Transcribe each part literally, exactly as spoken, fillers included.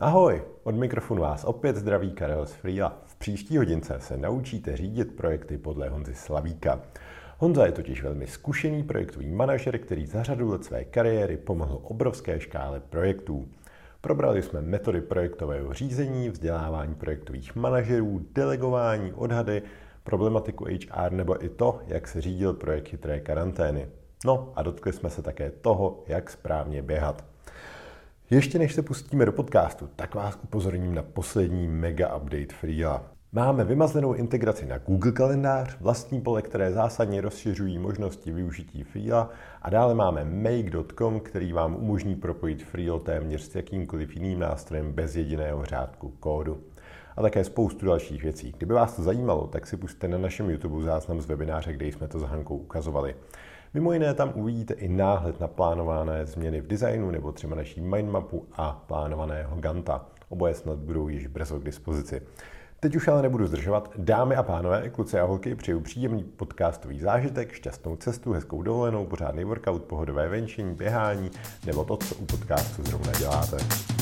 Ahoj, od mikrofonu vás opět zdraví Karel z Freela. V příští hodince se naučíte řídit projekty podle Honzy Slavíka. Honza je totiž velmi zkušený projektový manažer, který za řadu let své kariéry pomohl obrovské škále projektů. Probrali jsme metody projektového řízení, vzdělávání projektových manažerů, delegování, odhady, problematiku H R nebo i to, jak se řídil projekt chytré karantény. No a dotkli jsme se také toho, jak správně běhat. Ještě než se pustíme do podcastu, tak vás upozorním na poslední mega update Freela. Máme vymazlenou integraci na Google kalendář, vlastní pole, které zásadně rozšiřují možnosti využití Freela a dále máme make tečka com, který vám umožní propojit Freelo téměř s jakýmkoliv jiným nástrojem bez jediného řádku kódu. A také spoustu dalších věcí. Kdyby vás to zajímalo, tak si pusťte na našem YouTube záznam z webináře, kde jsme to s Hankou ukazovali. Mimo jiné tam uvidíte i náhled na plánované změny v designu nebo třeba naší mindmapu a plánovaného Ganta. Oboje snad budou již brzo k dispozici. Teď už ale nebudu zdržovat. Dámy a pánové, kluci a holky, přeju příjemný podcastový zážitek, šťastnou cestu, hezkou dovolenou, pořádný workout, pohodové venčení, běhání nebo to, co u podcastu zrovna děláte.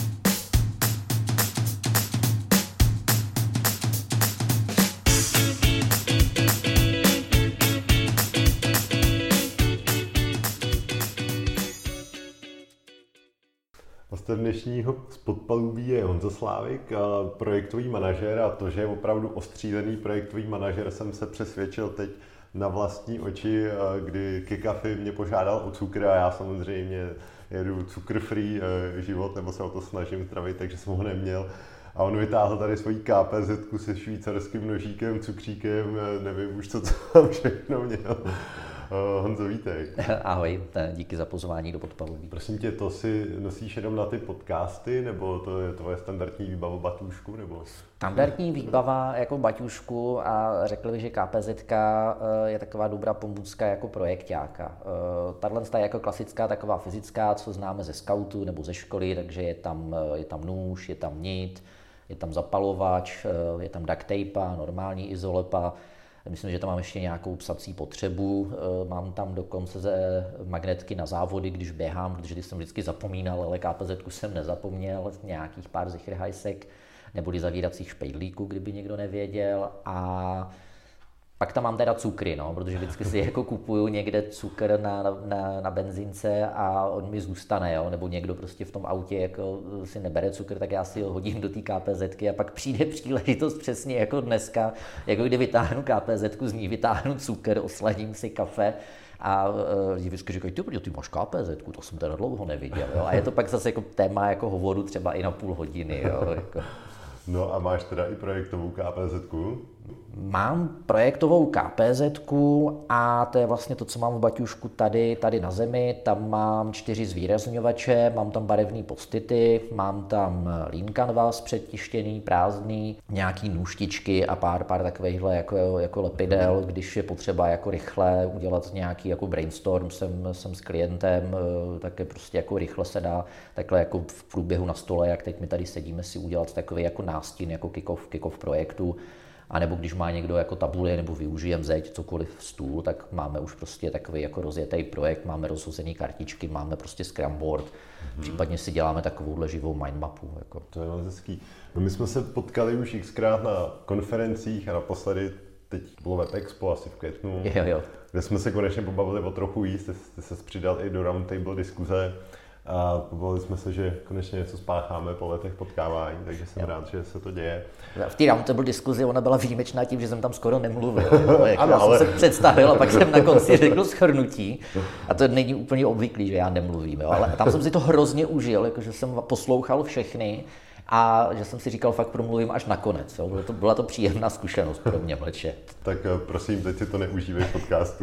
Hostem dnešního Spodpalubí je Honza Slávik, projektový manažer, a to, že je opravdu ostřílený projektový manažer, jsem se přesvědčil teď na vlastní oči, kdy Kikafi mě požádal o cukr a já samozřejmě jedu cukr-free život, nebo se o to snažím zdravit, takže jsem ho neměl. A on vytáhl tady svoji K P Z se švýcarským nožíkem, cukříkem, nevím už co, co tam všechno měl. Honzo, vítej. Ahoj, díky za pozvání do Podpalubí. Prosím tě, to si nosíš jenom na ty podcasty, nebo to je tvoje standardní výbava batůžku? Nebo... Standardní výbava jako baťušku a řekl bych, že K P Z je taková dobrá pomůcka jako projekťáka. Tahle je jako klasická taková fyzická, co známe ze skautu nebo ze školy, takže je tam, je tam nůž, je tam nit, je tam zapalovač, je tam duct tape, normální izolepa. Myslím, že tam mám ještě nějakou psací potřebu, mám tam dokonce magnetky na závody, když běhám, protože jsem vždycky zapomínal, ale K P Z jsem nezapomněl, nějakých pár zichrhajsek neboli zavíracích špejdlíků, kdyby někdo nevěděl. A pak tam mám teda cukry, no, protože vždycky si jako kupuju někde cukr na, na, na benzínce a on mi zůstane, jo, nebo někdo prostě v tom autě jako si nebere cukr, tak já si ho hodím do té K P Zky a pak přijde příležitost přesně jako dneska, jako kdy vytáhnu K P Zku, z ní vytáhnu cukr, osladím si kafe a lidi vždycky říkají, ty, ty máš K P Zku, to jsem teda dlouho neviděl, jo, a je to pak zase jako téma jako hovoru třeba i na půl hodiny, jo, jako. No a máš teda i projektovou K P Zku? Mám projektovou K P Zku a to je vlastně to, co mám v baťušku tady, tady na zemi. Tam mám čtyři zvýrazňovače, mám tam barevné postity, mám tam lean canvas předtištěný, prázdný, nějaký nůžtičky a pár, pár takovýchhle jako, jako lepidel, když je potřeba jako rychle udělat nějaký jako brainstorm, jsem, jsem s klientem, tak je prostě jako rychle se dá takhle jako v průběhu na stole, jak teď my tady sedíme, si udělat takový jako nástin, jako kick-off, kick-off projektu. A nebo když má někdo jako tabuli nebo využijem zeď, cokoliv stůl, tak máme už prostě takový jako rozjetý projekt, máme rozhozený kartičky, máme prostě Scrum board, mm-hmm. Případně si děláme takovouhle živou mindmapu. Jako. To je moc hezký. No my jsme se potkali už xkrát na konferencích a naposledy teď bylo Web Expo asi v květnu, jo, jo. kde jsme se konečně pobavili o trochu jíst, ty, ty se přidal i do roundtable diskuze. A pobavili jsme se, že konečně něco spácháme po letech potkávání, takže jsem jo. rád, že se to děje. V té roundtable diskuzi ona byla výjimečná tím, že jsem tam skoro nemluvil. ano, já ale... jsem se představil a pak jsem na konci řekl shrnutí. A to není úplně obvyklý, že já nemluvím. Jo. Ale tam jsem si to hrozně užil, jakože jsem poslouchal všechny a že jsem si říkal, fakt promluvím až nakonec. Jo. Byla, to, byla to příjemná zkušenost pro mě mlčet. Tak prosím, teď si to neužívej v podcastu.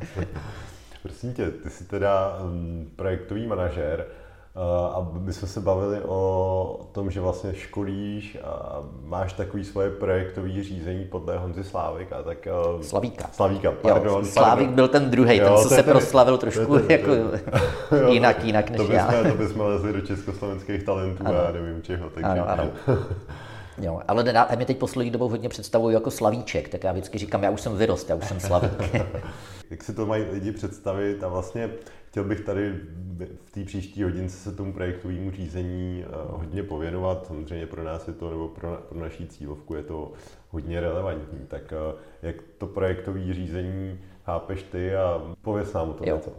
Prosím tě, ty jsi teda um, projektový manažer uh, a my jsme se bavili o tom, že vlastně školíš a máš takový svoje projektové řízení podle Honzy Slávik a tak... Uh, Slavíka. Slavíka, pardon. Jo, Slávik byl ten druhej, ten, co se ten, proslavil trošku ten, jako jo, jinak, jinak než to já. Bychom, to bychom lezli do československých talentů ano. a nevím čeho, takže... Ano, ano. Jo, ale já mě teď poslední dobou hodně představuju jako Slavíček, tak já vždycky říkám, já už jsem vyrost, já už jsem Slavík. Jak si to mají lidi představit a vlastně chtěl bych tady v té příští hodince se tomu projektovému řízení hodně pověnovat. Samozřejmě pro nás je to, nebo pro, pro naší cílovku je to hodně relevantní. Tak jak to projektové řízení chápeš ty a pověz nám o tom něco.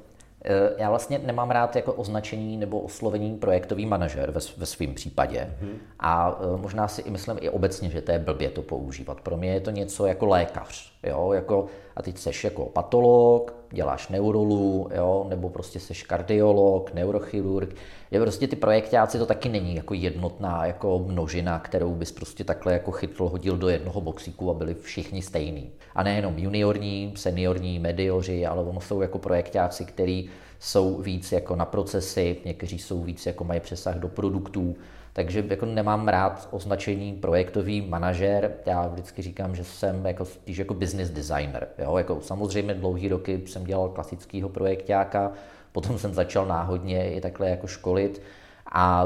Já vlastně nemám rád jako označení nebo oslovení projektový manažer ve, ve svém případě. Mm-hmm. A možná si i myslím i obecně, že to je blbě to používat. Pro mě je to něco jako lékař. Jo? Jako, a teď seš jako patolog, děláš neurolog, jo? Nebo prostě seš kardiolog, neurochirurg. Je prostě ty projektáci to taky není jako jednotná jako množina, kterou bys prostě takhle jako chytl, hodil do jednoho boxíku a byli všichni stejný. A nejenom juniorní, seniorní, medioři, ale ono jsou jako projektáci, který jsou víc jako na procesy, někteří jsou víc jako mají přesah do produktů. Takže jako nemám rád označení projektový manažer. Já vždycky říkám, že jsem jako spíš jako business designer. Jo? Jako samozřejmě dlouhý roky jsem dělal klasického projektáka, potom jsem začal náhodně i takhle jako školit. A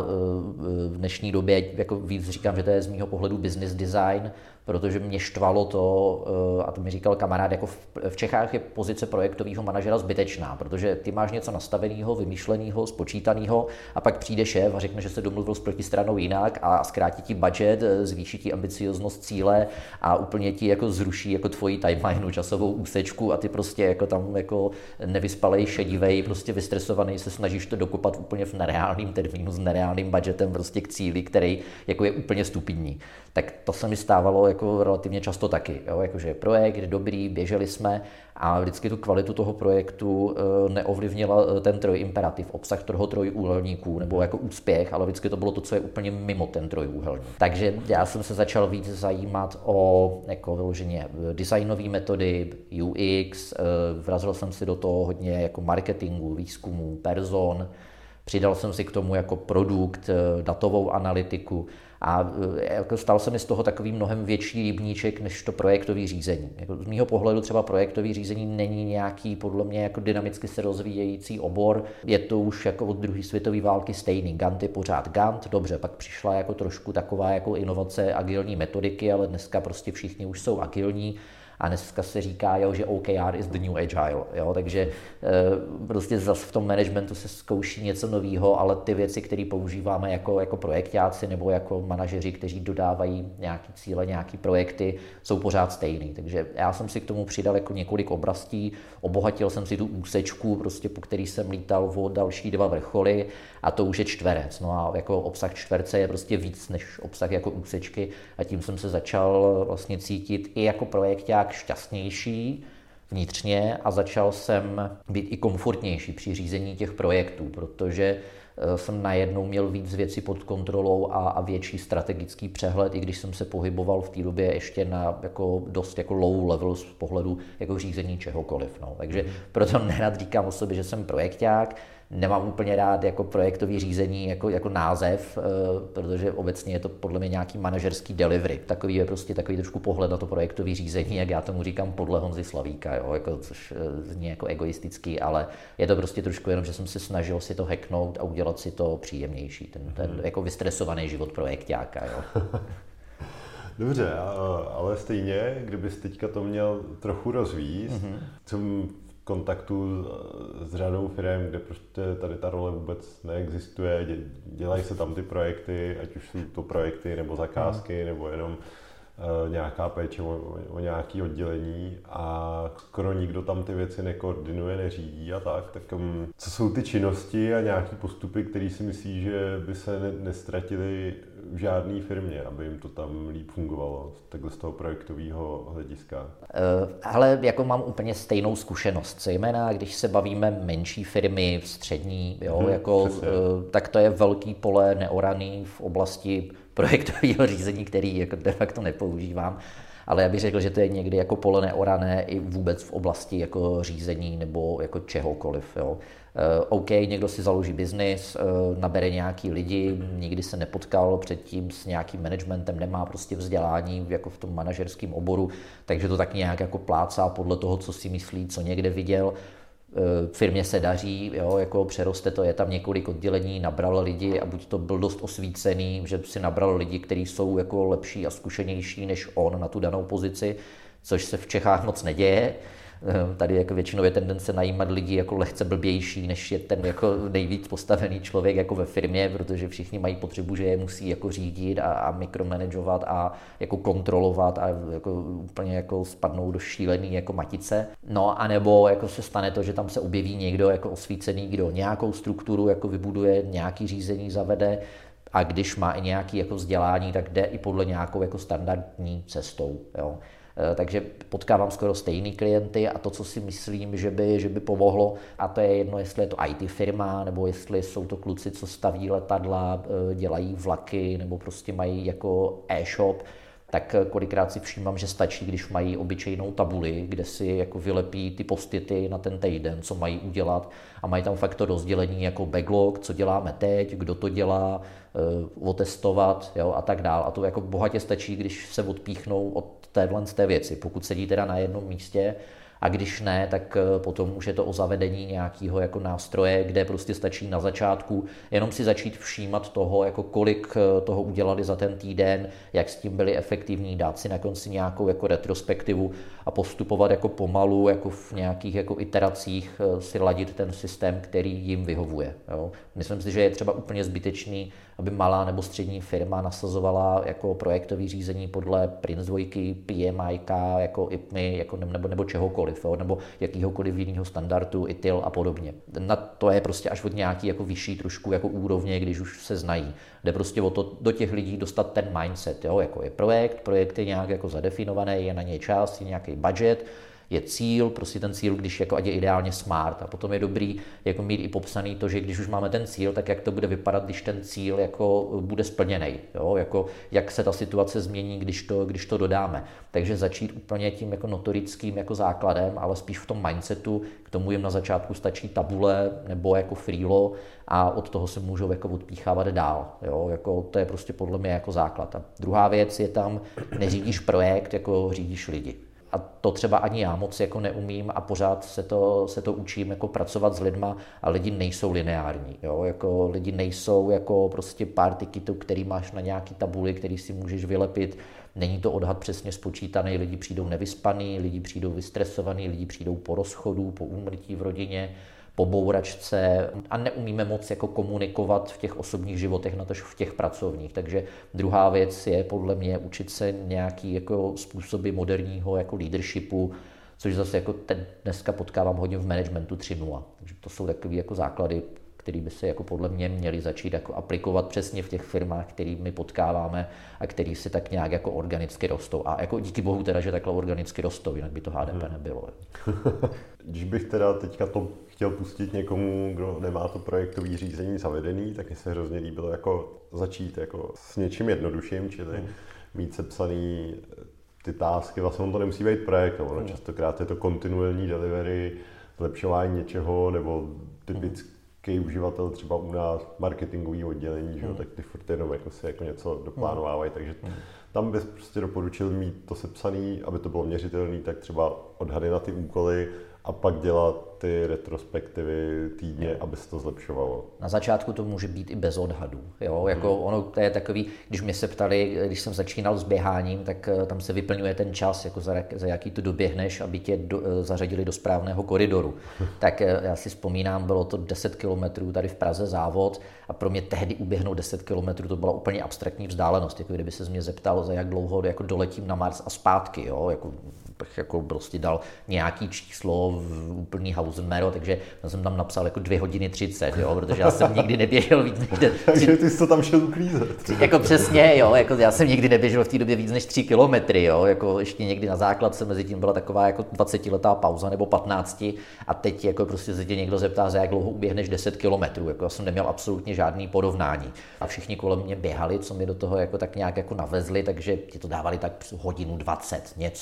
v dnešní době jako víc říkám, že to je z mýho pohledu business design, protože mě štvalo to, a to mi říkal kamarád, jako v Čechách je pozice projektového manažera zbytečná, protože ty máš něco nastaveného, vymýšleného, spočítaného a pak přijde šéf a řekne, že se domluvil s protistranou jinak a zkrátí ti budget, zvýší ti ambicioznost cíle a úplně ti jako zruší jako tvoji timelineu, časovou úsečku a ty prostě jako tam jako nevyspalej, šedivej, prostě vystresovaný se snažíš to dokopat úplně v nereálným termínu s nereálným budgetem prostě k cíli, který jako je úplně stupidní. Tak to se mi stávalo jako relativně často taky, jo? Jakože projekt dobrý, běželi jsme a vždycky tu kvalitu toho projektu neovlivnila ten trojimperativ, obsah toho trojúhelníku nebo jako úspěch, ale vždycky to bylo to, co je úplně mimo ten trojúhelník. Takže já jsem se začal víc zajímat o jako vyloženě designové metody, U X, vrazil jsem si do toho hodně jako marketingu, výzkumu, person, přidal jsem si k tomu jako produkt, datovou analytiku a jako stal se mi z toho takový mnohem větší rybníček než to projektový řízení. Jako z mýho pohledu třeba projektový řízení není nějaký podle mě jako dynamicky se rozvíjející obor. Je to už jako od druhé světové války stejný. Gantt je pořád Gantt, dobře, pak přišla jako trošku taková jako inovace agilní metodiky, ale dneska prostě všichni už jsou agilní. A dneska se říká, jo, že O K R is the new agile, jo, takže e, prostě zase v tom managementu se zkouší něco nového, ale ty věci, které používáme jako, jako projektáci nebo jako manažeři, kteří dodávají nějaké cíle, nějaké projekty, jsou pořád stejný. Takže já jsem si k tomu přidal jako několik oblastí, obohatil jsem si tu úsečku, prostě po který jsem lítal o další dva vrcholy a to už je čtverec. No a jako obsah čtverce je prostě víc než obsah jako úsečky a tím jsem se začal vlastně cítit i jako projekták šťastnější vnitřně a začal jsem být i komfortnější při řízení těch projektů, protože jsem najednou měl víc věcí pod kontrolou a, a větší strategický přehled, i když jsem se pohyboval v té době ještě na jako dost jako low level z pohledu jako řízení čehokoliv. No. Takže proto nerad říkám o sobě, že jsem projekták. Nemám úplně rád jako projektový řízení jako, jako název, protože obecně je to podle mě nějaký manažerský delivery. Takový je prostě takový trošku pohled na to projektový řízení, jak já tomu říkám podle Honzy Slavíka, jo, jako, což zní jako egoistický, ale je to prostě trošku jenom, že jsem se snažil si to hacknout a udělat si to příjemnější, ten, ten jako vystresovaný život projekťáka. Jo. Dobře, ale stejně, kdybys teďka to měl trochu rozvíjet, mm-hmm. jsem v kontaktu s řadou firm, kde prostě tady ta role vůbec neexistuje, dělají se tam ty projekty, ať už jsou to projekty nebo zakázky, mm. nebo jenom uh, nějaká péče o, o nějaké oddělení a skoro nikdo tam ty věci nekoordinuje, neřídí a tak. Tak um, co jsou ty činnosti a nějaké postupy, které si myslí, že by se ne, nestratily v žádné firmě, aby jim to tam líp fungovalo, takhle z toho projektového hlediska? Uh, ale jako mám úplně stejnou zkušenost, zejména když se bavíme menší firmy, střední, jo, hmm, jako, uh, tak to je velký pole neoraný v oblasti projektového řízení, který jako de facto nepoužívám. Ale já bych řekl, že to je někdy jako pole neorané i vůbec v oblasti jako řízení nebo jako čehokoliv. Jo. Uh, OK, někdo si založí biznis, uh, nabere nějaký lidi, nikdy se nepotkal předtím s nějakým managementem, nemá prostě vzdělání jako v tom manažerském oboru, takže to tak nějak jako plácá podle toho, co si myslí, co někde viděl. firmě se daří, jo, jako přeroste to, je tam několik oddělení, nabral lidi a buď to byl dost osvícený, že si nabral lidi, kteří jsou jako lepší a zkušenější než on na tu danou pozici, což se v Čechách moc neděje. Tady jako většinou je tendence najímat lidi jako lehce blbější, než je ten jako nejvíc postavený člověk jako ve firmě, protože všichni mají potřebu, že je musí jako řídit a, a mikromanagovat a jako kontrolovat a jako úplně jako spadnou do šílený jako matice. No a nebo jako se stane to, že tam se objeví někdo jako osvícený, kdo nějakou strukturu jako vybuduje, nějaký řízení zavede, a když má i nějaké jako vzdělání, tak jde i podle nějakou jako standardní cestou. Jo. Takže potkávám skoro stejný klienty a to, co si myslím, že by, že by pomohlo, a to je jedno, jestli je to í té firma, nebo jestli jsou to kluci, co staví letadla, dělají vlaky, nebo prostě mají jako e-shop, tak kolikrát si všímám, že stačí, když mají obyčejnou tabuli, kde si jako vylepí ty postity na ten týden, co mají udělat, a mají tam fakt to rozdělení jako backlog, co děláme teď, kdo to dělá, otestovat, jo, a tak dál. A to jako bohatě stačí, když se odpíchnou od téhle z té věci, pokud sedí teda na jednom místě, a když ne, tak potom už je to o zavedení nějakého jako nástroje, kde prostě stačí na začátku jenom si začít všímat toho, jako kolik toho udělali za ten týden, jak s tím byli efektivní, dát si na konci nějakou jako retrospektivu a postupovat jako pomalu, jako v nějakých jako iteracích si ladit ten systém, který jim vyhovuje. Jo. Myslím si, že je třeba úplně zbytečný, aby malá nebo střední firma nasazovala jako projektové řízení podle Prince dva, P M I K, jako I P M I, jako nebo, nebo čehokoliv, jo, nebo jakýhokoliv jiného standardu, I T I L a podobně. Na to je prostě až od nějaký jako vyšší trošku jako úrovně, když už se znají. Jde prostě o to do těch lidí dostat ten mindset, jo, jako je projekt, projekt je nějak jako zadefinovaný, je na něj čas, je nějaký budget, je cíl, prostě ten cíl, když jako ať je ideálně smart, a potom je dobrý jako mít i popsaný to, že když už máme ten cíl, tak jak to bude vypadat, když ten cíl jako bude splněný, jo, jako jak se ta situace změní, když to, když to dodáme. Takže začít úplně tím jako notorickým jako základem, ale spíš v tom mindsetu, k tomu jim na začátku stačí tabule nebo jako freelo a od toho se můžou jako odpíchávat dál, jo, jako to je prostě podle mě jako základ. A druhá věc je tam, neřídíš projekt, jako řídíš lidi. A to třeba ani já moc jako neumím a pořád se to, se to učím jako pracovat s lidma, a lidi nejsou lineární. Jo? Jako lidi nejsou jako prostě pár tiketů, který máš na nějaký tabuli, který si můžeš vylepit. Není to odhad přesně spočítaný, lidi přijdou nevyspaný, lidi přijdou vystresovaný, lidi přijdou po rozchodu, po úmrtí v rodině, po bouračce a neumíme moc jako komunikovat v těch osobních životech, natož v těch pracovních. Takže druhá věc je podle mě učit se nějaký jako způsoby moderního jako leadershipu, což zase jako ten dneska potkávám hodně v managementu tři nula. Takže to jsou takové jako základy, které by se jako podle mě měly začít jako aplikovat přesně v těch firmách, které my potkáváme a které si tak nějak jako organicky rostou. A jako díky bohu teda, že takhle organicky rostou, jinak by to H D P hmm. nebylo. Když bych teda teďka to chtěl pustit někomu, kdo nemá to projektové řízení zavedený, tak mi se hrozně líbilo jako začít jako s něčím jednodušším, čili hmm. mít sepsaný ty tásky. Vlastně on to nemusí být projekt, ono hmm. častokrát je to kontinuální delivery, zlepšování něčeho, nebo typicky hmm. uživatel třeba u nás marketingový oddělení, že? Hmm. tak ty furt jenom jako si jako něco doplánovávají, takže hmm. tam bys prostě doporučil mít to sepsaný, aby to bylo měřitelné, tak třeba odhady na ty úkoly a pak dělat ty retrospektivy týdně, aby se to zlepšovalo. Na začátku to může být i bez odhadů. Jo? Jako ono to je takový, když mě se ptali, když jsem začínal s běháním, tak tam se vyplňuje ten čas, jako za, za jaký tu doběhneš, aby tě do, zařadili do správného koridoru. Tak já si vzpomínám, bylo to deset kilometrů tady v Praze závod a pro mě tehdy uběhnout deset kilometrů to byla úplně abstraktní vzdálenost. Jako kdyby se mě zeptal, za jak dlouho jako doletím na Mars a zpátky. Jo? Jako, bych jako prostě dal nějaký číslo v úplný Hausenmero, takže jsem tam napsal jako dvě hodiny třicet, jo, protože já jsem nikdy neběžel víc než... Takže ty jsi to tam šel uklízet. Jako přesně, jo, jako já jsem nikdy neběžel v té době víc než tři kilometry, jo, jako ještě někdy na základce mezi tím byla taková jako dvacetiletá pauza nebo patnácti a teď jako prostě se tě někdo zeptá, za jak dlouho uběhneš deset kilometrů, jako já jsem neměl absolutně žádný porovnání a všichni kolem mě běhali, co mi do toho jako tak nějak jako navezli, takže ti to dávali tak hodinu dvacet něco.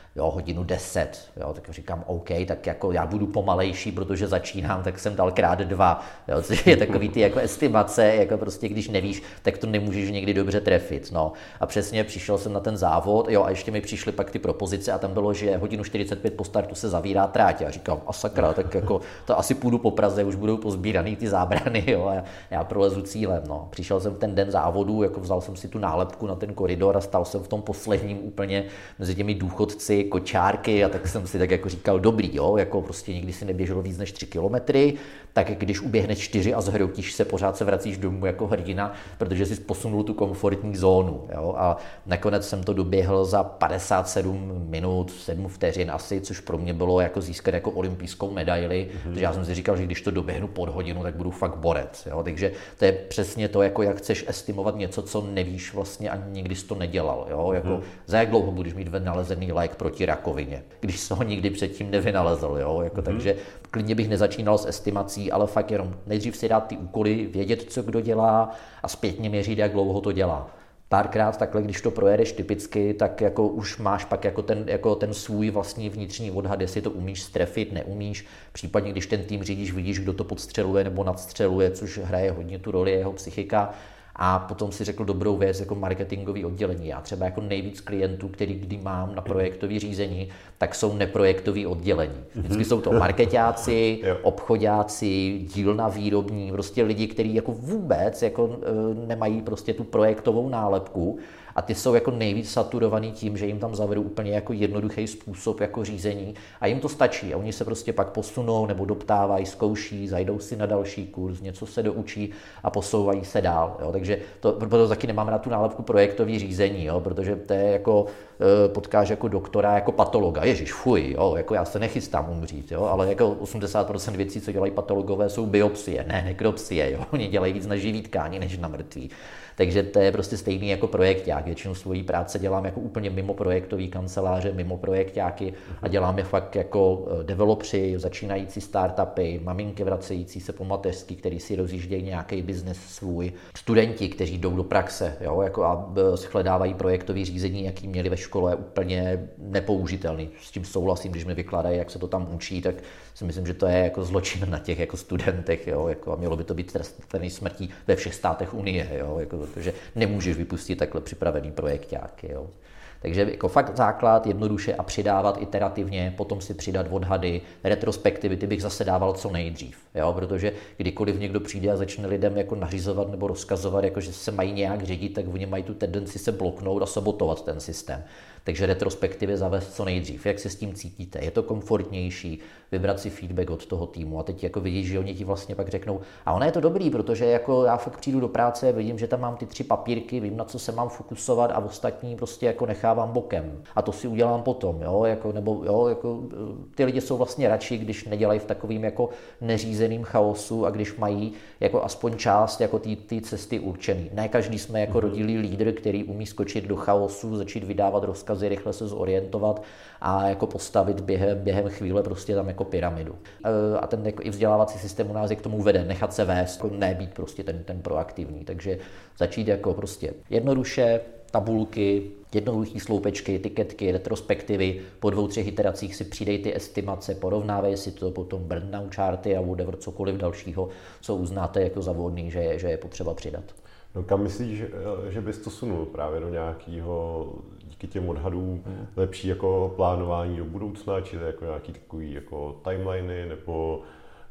jo, hodinu deset, jo, tak říkám, OK, tak jako já budu pomalejší, protože začínám, tak jsem dal krát dva, jo, což je takový ty jako estimace, jako prostě když nevíš, tak to nemůžeš někdy dobře trefit, no. A přesně přišel jsem na ten závod, jo, a ještě mi přišly pak ty propozice a tam bylo, že hodinu čtyřicet pět po startu se zavírá tráť. A říkám, a sakra, tak jako to asi půjdu po Praze, už budou pozbíraný ty zábrany, jo, a já prolezu cílem, no. Přišel jsem ten den závodu, jako vzal jsem si tu nálepku na ten koridor a stal jsem v tom posledním úplně mezi těmi důchodci, kočárky, a tak jsem si tak jako říkal, dobrý, jo, jako prostě nikdy si neběželo víc než tři kilometry, tak když uběhneš čtyři a zhroutíš se, pořád se vracíš domů jako hrdina, protože jsi posunul tu komfortní zónu, jo, a nakonec jsem to doběhl za padesát sedm minut, sedm vteřin asi, což pro mě bylo jako získat jako olympijskou medaili, mm-hmm. takže já jsem si říkal, že když to doběhnu pod hodinu, tak budu fakt borec, jo, takže to je přesně to, jako jak chceš estimovat něco, co nevíš vlastně ani nikdy jsi to nedělal, jo, jako mm-hmm. za jak dlouho budeš mít vynalezený lék proti rakovině, když jsi ho nikdy předtím nevynalezl, jo, jako mm-hmm. takže klidně bych nezačínal s estimací, ale fakt jenom nejdřív si dát ty úkoly, vědět, co kdo dělá a zpětně měřit, jak dlouho to dělá. Párkrát takhle, když to projedeš typicky, tak jako už máš pak jako ten, jako ten svůj vlastní vnitřní odhad, jestli to umíš strefit, neumíš. Případně, když ten tým řídíš, vidíš, kdo to podstřeluje nebo nadstřeluje, což hraje hodně tu roli jeho psychika. A potom si řekl dobrou věc jako marketingový oddělení. Já třeba jako nejvíc klientů, který kdy mám na projektové řízení, tak jsou neprojektový oddělení. Vždycky jsou to marketáci, obchodáci, dílna výrobní, prostě lidi, kteří jako vůbec jako nemají prostě tu projektovou nálepku. A ty jsou jako nejvíc saturovaný tím, že jim tam zavedou úplně jako jednoduchý způsob jako řízení a jim to stačí. A oni se prostě pak posunou nebo doptávají, zkouší, zajdou si na další kurz, něco se doučí a posouvají se dál. Jo. Takže to, proto taky nemám na tu nálepku projektový řízení, jo, protože to je jako potkáš jako doktora, jako patologa. Ježiš, fuj, jo, jako já se nechystám umřít, jo, ale jako osmdesát procent věcí, co dělají patologové, jsou biopsie, ne nekropsie, jo. Oni dělají víc na živý tkání, než na mrtvý. Takže to je prostě stejný jako projekták. Většinu svojí práce dělám jako úplně mimo projektový kanceláře, mimo projektáky a dělám je fakt jako developři, začínající startupy, maminky vracející se po mateřský, který si rozjíždějí nějaký biznes svůj, studenti, kteří jdou do praxe, jo, jako a shledávají projektový řízení, jaký měli ve škole, úplně nepoužitelný. S tím souhlasím, když mi vykládají, jak se to tam učí, tak si myslím, že to je jako zločin na těch jako studentech, jo, jako a mělo by to být trestný smrtí ve všech státech Unie, jo, jako, protože nemůžeš vypustit takhle připravený projekťáky, jo. Takže jako fakt základ, jednoduše a přidávat iterativně, potom si přidat odhady, retrospektivity bych zase dával co nejdřív, jo, protože kdykoliv někdo přijde a začne lidem jako nařizovat nebo rozkazovat, jako že se mají nějak řídit, tak oni mají tu tendenci se bloknout a sabotovat ten systém. Takže retrospektivy zavést co nejdřív. Jak se s tím cítíte? Je to komfortnější? Vybrat si feedback od toho týmu. A teď jako vidíš, že oni ti vlastně pak řeknou, a ono je to dobrý, protože jako já fakt přijdu do práce, vidím, že tam mám ty tři papírky, vím, na co se mám fokusovat a ostatní prostě jako nechávám bokem. A to si udělám potom, jo, jako, nebo jo, jako ty lidi jsou vlastně radši, když nedělají v takovým jako neřízeným chaosu a když mají jako aspoň část jako ty, ty cesty určený. Ne každý jsme jako rodilý lídr, který umí skočit do chaosu, začít vydávat rozkazy, rychle se zorientovat a jako postavit během, během chvíle prostě tam jako pyramidu. A ten jako i vzdělávací systém u nás je k tomu veden, nechat se vést, ne být prostě ten, ten proaktivní. Takže začít jako prostě jednoduše, tabulky, jednoduchý sloupečky, etiketky, retrospektivy, po dvou, třech iteracích si přidej ty estimace, porovnávej si to, potom burn-down charty a whatever, cokoliv dalšího, co uznáte jako za vhodný, že je, že je potřeba přidat. No kam myslíš, že, že bys to sunul právě do nějakého, díky těm odhadům, hmm. lepší jako plánování do budoucna, či jako nějaký takový jako timeliny, nebo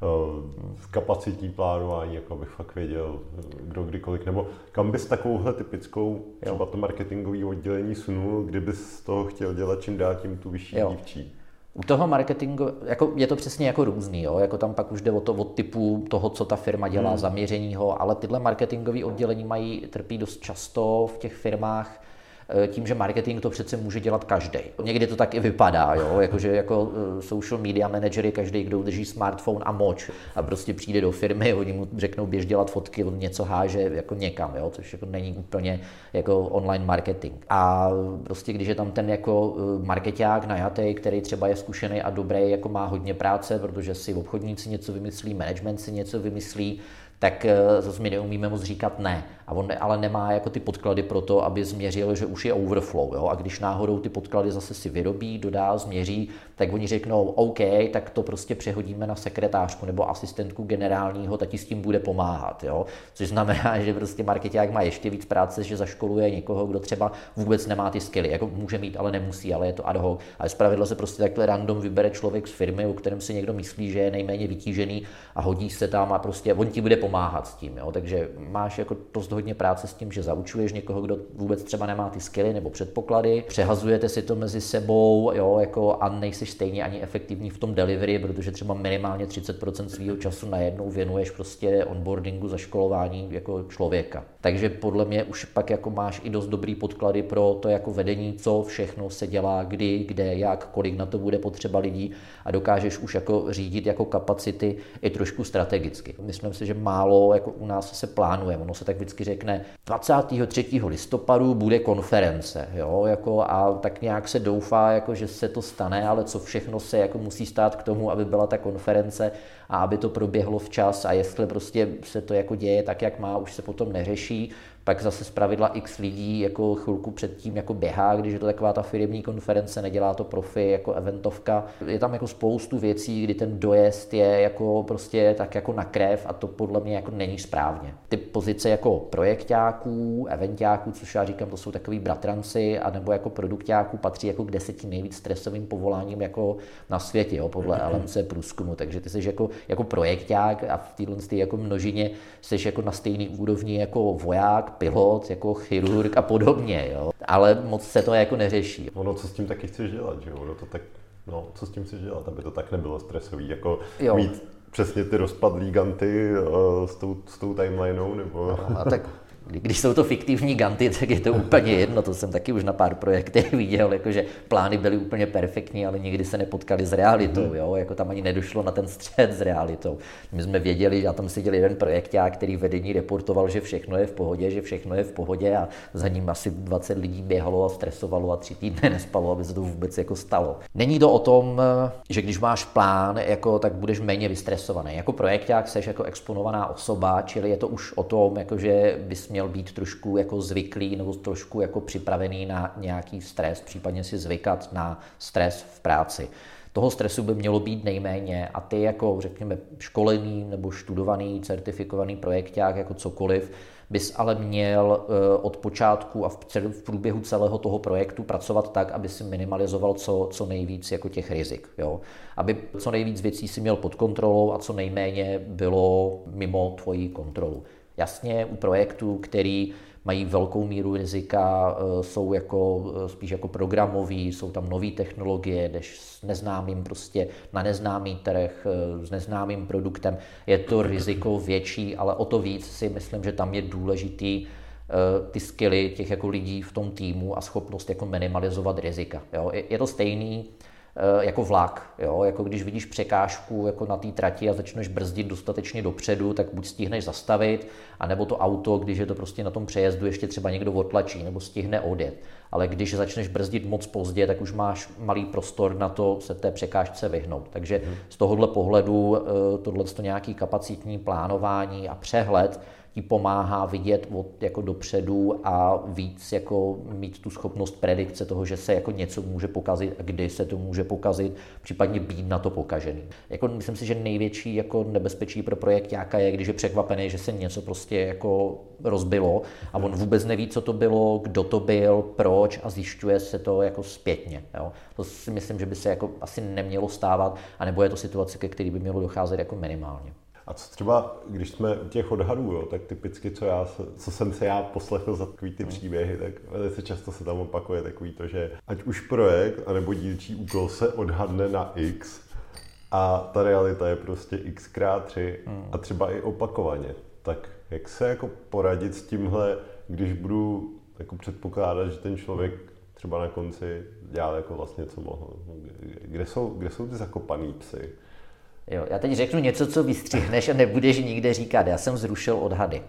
uh, kapacitní plánování, jako abych fakt věděl, kdo kdy kolik, nebo kam bys takovouhle typickou, třeba to marketingové oddělení sunul, kdybys z toho chtěl dělat čím dál tím tu vyšší jo. dívčí? U toho marketingu, jako je to přesně jako různý, jo? Jako tam pak už jde o to od typu toho, co ta firma dělá, hmm. zaměřeního, ale tyhle marketingové oddělení mají, trpí dost často v těch firmách tím, že marketing to přece může dělat každý. Někdy to tak i vypadá, jo? Jakože jako social media manažery, každý, kdo drží smartphone a moč a prostě přijde do firmy, oni mu řeknou běž dělat fotky, on něco háže jako někam, jo? Což jako není úplně jako online marketing. A prostě když je tam ten jako markeťák najatý, který třeba je zkušený a dobrý, jako má hodně práce, protože si obchodníci něco vymyslí, management si něco vymyslí, tak zase my neumíme moc říkat ne. A on ale nemá jako ty podklady pro to, aby změřil, že už je overflow. Jo? A když náhodou ty podklady zase si vyrobí, dodá, změří, tak oni řeknou OK, tak to prostě přehodíme na sekretářku nebo asistentku generálního, ta ti s tím bude pomáhat. Jo? Což znamená, že prostě markeťák má ještě víc práce, že zaškoluje někoho, kdo třeba vůbec nemá ty skilly. Jako může mít, ale nemusí, ale je to ad hoc. Ale zpravidla se prostě takhle random vybere člověk z firmy, o kterém si někdo myslí, že je nejméně vytížený a hodí se tam a prostě on ti bude pomáhat s tím. Jo? Takže máš jako dost hodně práce s tím, že zaučuješ někoho, kdo vůbec třeba nemá ty skilly nebo předpoklady, přehazujete si to mezi sebou, jo, jako a nejsi stejně ani efektivní v tom delivery, protože třeba minimálně třicet procent svého času najednou věnuješ prostě onboardingu, zaškolování jako člověka. Takže podle mě už pak jako máš i dost dobrý podklady pro to jako vedení, co všechno se dělá, kdy, kde, jak, kolik na to bude potřeba lidí a dokážeš už jako řídit jako kapacity i trošku strategicky. Myslím si, že málo jako u nás se plánuje, ono se tak vždycky řekne, dvacátého třetího listopadu bude konference, jo, jako a tak nějak se doufá, jako, že se to stane, ale co všechno se jako musí stát k tomu, aby byla ta konference a aby to proběhlo včas a jestli prostě se to jako děje tak, jak má, už se potom neřeší, pak zase zpravidla x lidí jako chvilku předtím jako běhá, když je to taková ta firemní konference, nedělá to profi jako eventovka. Je tam jako spoustu věcí, kdy ten dojezd je jako prostě tak jako na krev a to podle mě jako není správně. Ty pozice jako projekťáků, eventáků, což já říkám, to jsou takový bratranci, anebo jako produkťáků patří jako k deseti nejvíc stresovým povoláním jako na světě, jo, podle L M C průzkumu. Takže ty jsi jako, jako projekťák a v téhle jako množině jsi jako na stejný úrovni jako voják, pilot, jako chirurg a podobně, jo. Ale moc se to jako neřeší. Ono, co s tím taky chceš dělat, že jo? Ono to tak, no, co s tím chceš dělat, aby to tak nebylo stresový, jako jo. Mít přesně ty rozpadlý ganty uh, s tou, s tou timelineou, nebo... No, a tak když jsou to fiktivní ganty, tak je to úplně jedno, to jsem taky už na pár projektech viděl, jakože plány byly úplně perfektní, ale nikdy se nepotkali s realitou, mm. jo, jako tam ani nedošlo na ten střed s realitou. My jsme věděli, že tam seděl jeden projekták, který vedení reportoval, že všechno je v pohodě, že všechno je v pohodě a za ním asi dvacet lidí běhalo a stresovalo a tři týdny nespalo, aby se to vůbec jako stalo. Není to o tom, že když máš plán, jako, tak budeš méně vystresovaný. Jako projekták seš jako exponovaná osoba, čili je to už o tom, jako, že bys měl být trošku jako zvyklý nebo trošku jako připravený na nějaký stres, případně si zvykat na stres v práci. Toho stresu by mělo být nejméně a ty jako řekněme školený nebo študovaný, certifikovaný projekták jako cokoliv, bys ale měl od počátku a v, cel, v průběhu celého toho projektu pracovat tak, aby si minimalizoval co, co nejvíc jako těch rizik. Jo? Aby co nejvíc věcí si měl pod kontrolou a co nejméně bylo mimo tvoji kontrolu. Jasně, u projektů, který mají velkou míru rizika, jsou jako, spíš jako programoví, jsou tam nové technologie, jdeš s neznámým prostě na neznámý trh, s neznámým produktem, je to riziko větší, ale o to víc si myslím, že tam je důležitý ty skilly těch jako lidí v tom týmu a schopnost jako minimalizovat rizika. Jo? Je to stejný jako vlak, jo? Jako když vidíš překážku jako na té trati a začneš brzdit dostatečně dopředu, tak buď stihneš zastavit, anebo to auto, když je to prostě na tom přejezdu, ještě třeba někdo odtlačí nebo stihne odjet. Ale když začneš brzdit moc pozdě, tak už máš malý prostor na to se té překážce vyhnout. Takže z tohohle pohledu tohle nějaký kapacitní plánování a přehled ti pomáhá vidět od, jako dopředu a víc jako mít tu schopnost predikce toho, že se jako něco může pokazit a kdy se to může pokazit, případně být na to pokažený. Jako myslím si, že největší jako nebezpečí pro projekťáka je, když je překvapený, že se něco prostě jako rozbilo a on vůbec neví, co to bylo, kdo to byl, proč a zjišťuje se to jako zpětně. Jo. To si myslím, že by se jako asi nemělo stávat, anebo je to situace, ke který by mělo docházet jako minimálně. A co třeba, když jsme u těch odhadů, jo, tak typicky, co, já, co jsem se já poslechl za takový ty příběhy, tak velice často se tam opakuje takový to, že ať už projekt, anebo dílčí úkol se odhadne na X a ta realita je prostě X krát tři a třeba i opakovaně. Tak jak se jako poradit s tímhle, když budu jako předpokládat, že ten člověk třeba na konci dělal jako vlastně co mohl. Kde jsou, kde jsou ty zakopaný psy? Jo, já teď řeknu něco, co vystřihneš a nebudeš nikde říkat. Já jsem zrušil odhady.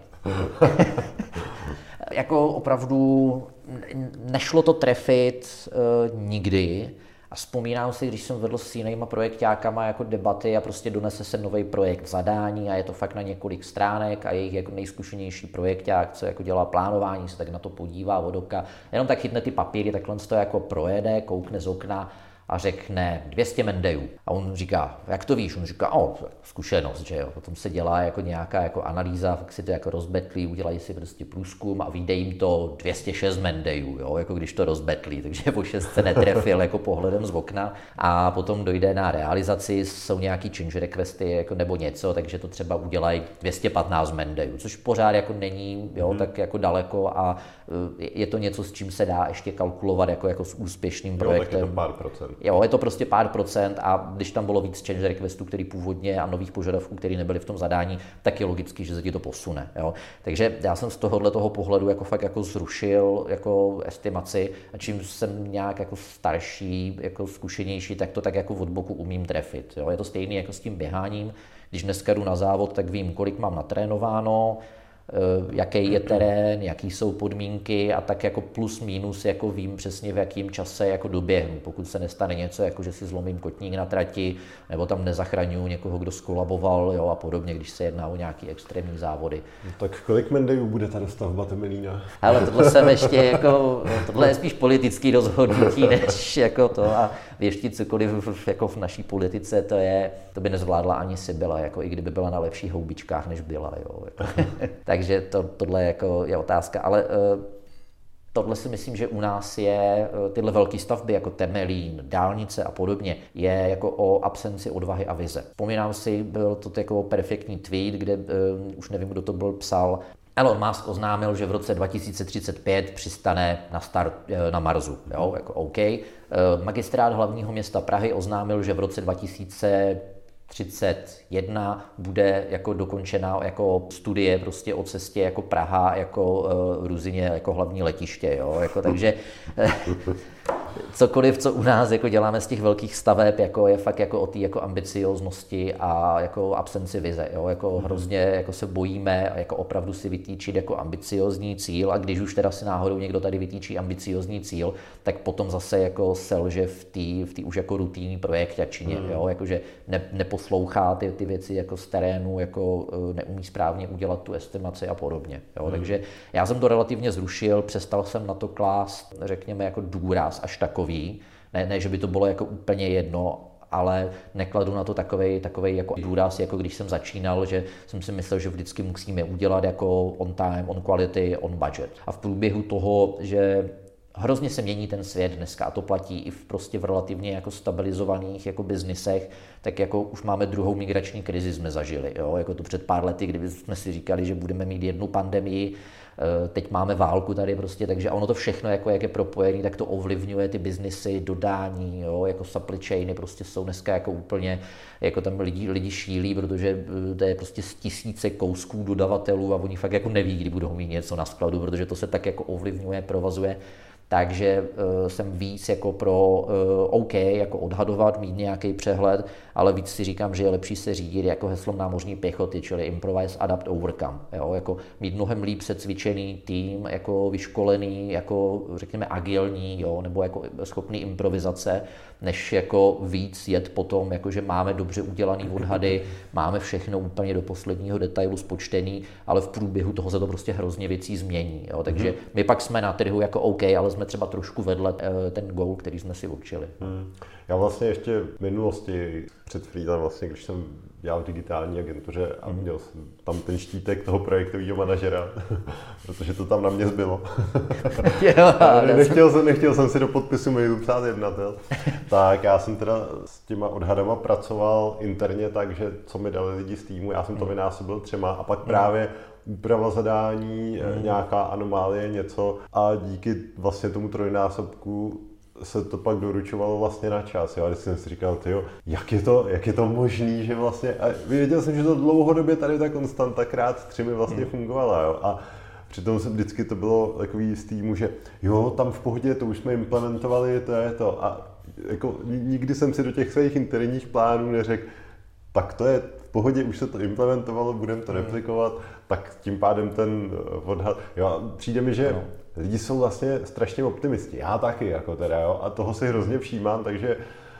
Jako opravdu nešlo to trefit uh, nikdy A vzpomínám si, když jsem vedl s jinýma projekťákama jako debaty a prostě donese se nový projekt zadání a je to fakt na několik stránek a jejich jako nejzkušenější projekťák, co jako dělá plánování, se tak na to podívá od oka, jenom tak chytne ty papíry, takhle to jako projede, koukne z okna a řekne dvě stě mendejů. A on říká, jak to víš? On říká, o, zkušenost, že jo. Potom se dělá jako nějaká jako analýza, fakt si to jako rozbetlí, udělají si prostě průzkum a vyjde jim to dvě stě šest mendejů, jo, jako když to rozbetlí, takže po šest se netrefil jako pohledem z okna a potom dojde na realizaci, jsou nějaký change requesty jako nebo něco, takže to třeba udělají dvě stě patnáct mendejů, což pořád jako není, jo, hmm. tak jako daleko a je to něco, s čím se dá ještě kalkulovat jako, jako s úspěšným projektem. Jo, tak je to pár procent. Jo, je to prostě pár procent a když tam bylo víc change requestů, který původně a nových požadavků, které nebyly v tom zadání, tak je logický, že se ti to posune. Jo. Takže já jsem z tohohle toho pohledu jako fakt jako zrušil jako estimaci a čím jsem nějak jako starší, jako zkušenější, tak to tak jako od boku umím trefit. Jo. Je to stejný jako s tím běháním. Když dneska jdu na závod, tak vím, kolik mám natrénováno, jaký je terén, jaký jsou podmínky a tak jako plus minus jako vím přesně v jakém čase jako doběhnu, pokud se nestane něco, jako že si zlomím kotník na trati nebo tam nezachraňuji někoho, kdo skolaboval, jo, a podobně, když se jedná o nějaký extrémní závody. No, tak kolik mendejů bude ta dostavba Temelína? Ale tohle jsem ještě jako, tohle je spíš politický rozhodnutí, než jako to a věštit cokoliv jako v naší politice, to je, to by nezvládla ani Sibyla, jako i kdyby byla na lepších houbičkách, než byla, jo. Jako. Takže to, tohle jako je otázka, ale uh, tohle si myslím, že u nás je, uh, tyhle velké stavby jako Temelín, dálnice a podobně, je jako o absenci odvahy a vize. Vzpomínám si, byl to jako perfektní tweet, kde uh, už nevím, kdo to byl, psal, Elon Musk oznámil, že v roce dva tisíce třicet pět přistane na start na Marsu, jo, jako OK. Magistrát hlavního města Prahy oznámil, že v roce dva tisíce třicet jedna bude jako dokončena jako studie prostě o cestě jako Praha jako uh, Ruzyně jako hlavní letiště, jo, jako takže cokoliv, co u nás jako děláme z těch velkých staveb, jako je fakt jako o té jako ambicioznosti a jako absenci vize, jo, jako hrozně jako se bojíme jako opravdu si vytýčit jako ambiciozní cíl a když už teda si náhodou někdo tady vytýčí ambiciozní cíl, tak potom zase jako selže v té v té už jako rutinní projektačině, mm. jo, jakože ne, neposlouchá ty, ty věci jako z terénu, jako neumí správně udělat tu estimaci a podobně, jo, mm. takže já jsem to relativně zrušil, přestal jsem na to klást, řekněme, jako důraz až takový, ne, ne, že by to bylo jako úplně jedno, ale nekladu na to takovej, takovej jako důraz, jako když jsem začínal, že jsem si myslel, že vždycky musíme udělat jako on time, on quality, on budget. A v průběhu toho, že hrozně se mění ten svět dneska a to platí i v prostě v relativně jako stabilizovaných jako biznisech, tak jako už máme druhou migrační krizi jsme zažili, jo? Jako to před pár lety, kdyby jsme si říkali, že budeme mít jednu pandemii, teď máme válku tady prostě, takže ono to všechno, jako jak je propojené, tak to ovlivňuje ty biznisy, dodání, jo, jako supply chainy prostě jsou dneska jako úplně, jako tam lidi, lidi šílí, protože to je prostě z tisíce kousků dodavatelů a oni fakt jako neví, kdy budou mít něco na skladu, protože to se tak jako ovlivňuje, provazuje. Takže uh, jsem víc jako pro uh, OK, jako odhadovat, mít nějaký přehled, ale víc si říkám, že je lepší se řídit jako heslom námořní pěchoty, čili improvise, adapt, overcome. Jo? Jako mít mnohem líp secvičený tým, jako vyškolený, jako řekněme agilní, jo? Nebo jako schopný improvizace, než jako víc jet potom, jako že máme dobře udělaný odhady, máme všechno úplně do posledního detailu spočtený, ale v průběhu toho se to prostě hrozně věcí změní. Jo? Takže my pak jsme na trhu jako OK, ale jsme třeba trošku vedle ten goal, který jsme si určili. Hmm. Já vlastně ještě v minulosti před freelem, vlastně, když jsem dělal v digitální agentuře a měl jsem tam ten štítek toho projektového manažera, protože to tam na mě zbylo. nechtěl, jsem, nechtěl jsem si do podpisu mailu psát jednatel. Tak já jsem teda s těma odhadama pracoval interně tak, že co mi dali lidi z týmu, já jsem to vynásobil třema a pak právě úprava zadání, mm. nějaká anomálie, něco a díky vlastně tomu trojnásobku se to pak doručovalo vlastně na čas. Jo? A když jsem si říkal, tyjo, jak je to, jak je to možný, že vlastně, a věděl jsem, že to dlouhodobě tady ta konstanta krát tři mi vlastně mm. fungovala. Jo? A přitom se vždycky to bylo takový z týmu, že jo, tam v pohodě, to už jsme implementovali, to je to. A jako nikdy jsem si do těch svých interních plánů neřekl, tak to je pohodě, už se to implementovalo, budeme to replikovat, tak tím pádem ten odhad, jo, přijde mi, že no. lidi jsou vlastně strašně optimisti, já taky, jako teda, jo, a toho si hrozně všímám, takže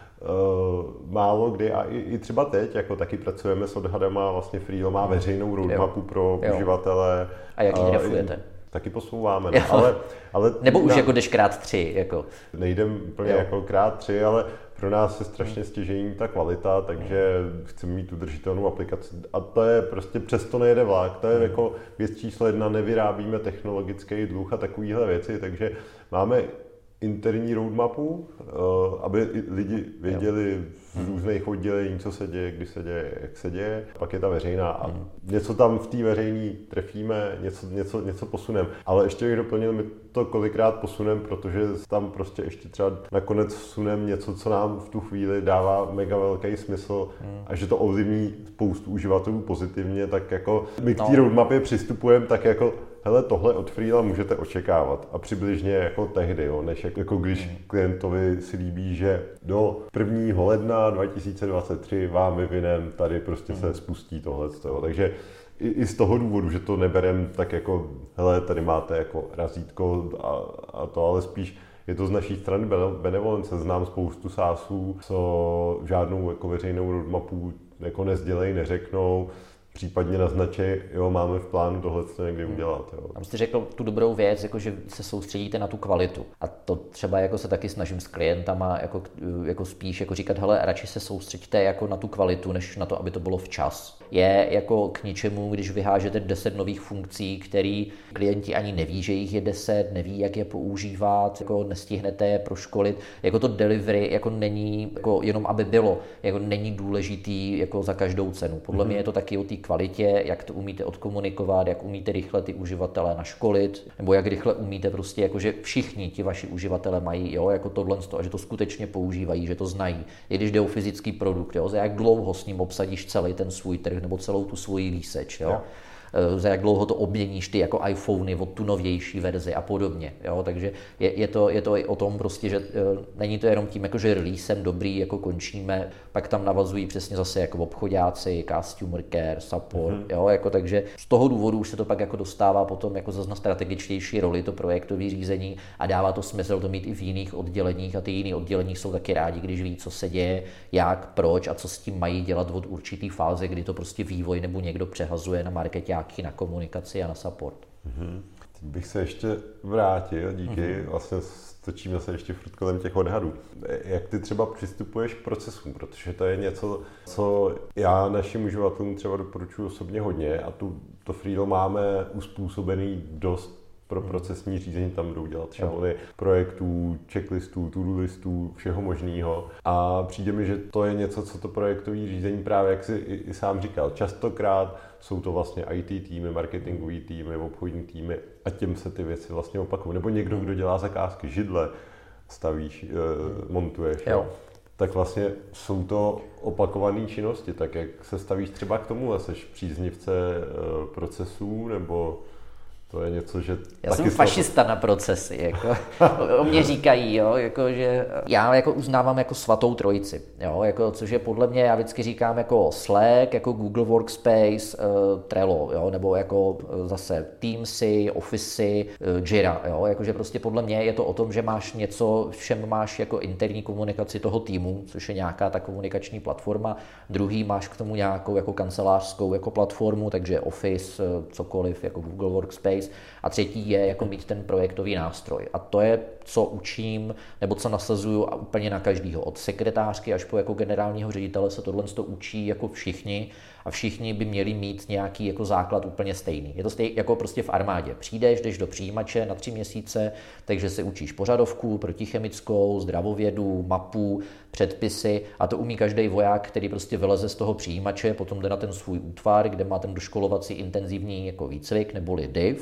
Uh, málo kdy a i, i třeba teď, jako taky pracujeme s odhadama, vlastně Freelo má veřejnou roadmapu jo. pro jo. uživatele. A jak ji uh, trefujete? Taky posouváme, no. ale, ale... Nebo už na, jako jdeš krát tři, jako. Nejdem úplně jo. jako krát tři, ale pro nás je strašně stěžejní ta kvalita, takže chceme mít udržitelnou aplikaci. A to je prostě, přesto nejede vlak, to je hmm. jako věc číslo jedna, nevyrábíme technologický dluh a takovéhle věci, takže máme interní roadmapu, aby lidi věděli z různých oddělení, co se děje, kdy se děje, jak se děje. Pak je ta veřejná a mm. něco tam v té veřejné trefíme, něco, něco, něco posuneme. Ale ještě bych doplnil, my to kolikrát posuneme, protože tam prostě ještě třeba nakonec suneme něco, co nám v tu chvíli dává mega velký smysl mm. a že to ovlivní spoustu uživatelů pozitivně, tak jako my k té no. roadmapě přistupujeme tak jako hele, tohle od Freela můžete očekávat a přibližně jako tehdy, jo, než jako, jako když mm. klientovi si líbí, že do prvního ledna dva tisíce dvacet tři vám vyvinem, tady prostě mm. se spustí tohle. Takže i, i z toho důvodu, že to neberem tak jako, hele, tady máte jako razítko a, a to, ale spíš je to z naší strany benevolence. Znám spoustu sásů, co žádnou jako veřejnou roadmapu jako nezdělej, neřeknou, případně naznačí, jo, máme v plánu tohle někdy udělat. Jo. Tam jste řekl tu dobrou věc, jako že se soustředíte na tu kvalitu. A to třeba jako se taky snažím s klientama jako, jako spíš jako říkat, hele, radši se soustředíte jako na tu kvalitu, než na to, aby to bylo včas. Je jako k ničemu, když vyhážete deset nových funkcí, které klienti ani neví, že jich je deset, neví, jak je používat, jako nestihnete je proškolit. Jako to delivery jako není jako jenom aby bylo, jako není důležitý jako za každou cenu. Podle mm-hmm. mě je to taky o té kvalitě, jak to umíte odkomunikovat, jak umíte rychle ty uživatele naškolit, nebo jak rychle umíte prostě, jako že všichni ti vaši uživatelé mají, jo, jako tohle a že to skutečně používají, že to znají. I když jde o fyzický produkt, jo, za jak dlouho s ním obsadíš celý ten svůj trh nebo celou tu svoji výseč, jo. jo. Za jak dlouho to obměníš ty jako iPhony od tu novější verzi a podobně. Jo? Takže je, je, to, je to i o tom prostě, že není to jenom tím, jako, že releasem dobrý, jako končíme, pak tam navazují přesně zase jako obchodáci, customer care, support, mm-hmm. jo? Jako, takže z toho důvodu už se to pak jako dostává potom jako zase na strategičtější roli, to projektové řízení a dává to smysl to mít i v jiných odděleních a ty jiné oddělení jsou taky rádi, když ví, co se děje, jak, proč a co s tím mají dělat od určitý fáze, kdy to prostě vývoj nebo někdo přehazuje na marketing, na komunikaci a na support. Mm-hmm. Teď bych se ještě vrátil, díky, mm-hmm. vlastně točíme se ještě furt kolem těch odhadů. Jak ty třeba přistupuješ k procesům, protože to je něco, co já našim uživatelům třeba doporučuji osobně hodně a tu, to Freelo máme uspůsobený dost pro procesní řízení, tam budou dělat šablony projektů, checklistů, to-do listů, všeho možného. A přijde mi, že to je něco, co to projektové řízení právě, jak jsi i, i sám říkal, častokrát jsou to vlastně í té týmy, marketingové týmy, obchodní týmy a těm se ty věci vlastně opakují. Nebo někdo, kdo dělá zakázky, židle stavíš, eh, montuješ. Jo. Tak vlastně jsou to opakované činnosti. Tak jak se stavíš třeba k tomu, seš příznivce eh, procesů, nebo to je něco, že... Já jsem fašista na procesy, jako, o mě říkají, jo, jako, že já jako uznávám jako svatou trojici, jo, jako, což je podle mě, já vždycky říkám jako Slack, jako Google Workspace, uh, Trello, jo, nebo jako uh, zase Teamsy, Officey, uh, Jira, jo, jako, že prostě podle mě je to o tom, že máš něco, všem máš jako interní komunikaci toho týmu, což je nějaká ta komunikační platforma, druhý máš k tomu nějakou jako kancelářskou jako platformu, takže Office, uh, cokoliv, jako Google Workspace, a třetí je jako mít ten projektový nástroj. A to je, co učím, nebo co nasazuju a úplně na každýho. Od sekretářky až po jako generálního ředitele se tohle to učí jako všichni a všichni by měli mít nějaký jako základ úplně stejný. Je to stejný jako prostě v armádě. Přijdeš, jdeš do přijímače na tři měsíce, takže si učíš pořadovku, protichemickou, zdravovědu, mapu, předpisy a to umí každý voják, který prostě vyleze z toho přijímače, potom jde na ten svůj útvar, kde má ten doškolovací intenzivní jako výcvik neboli D I V,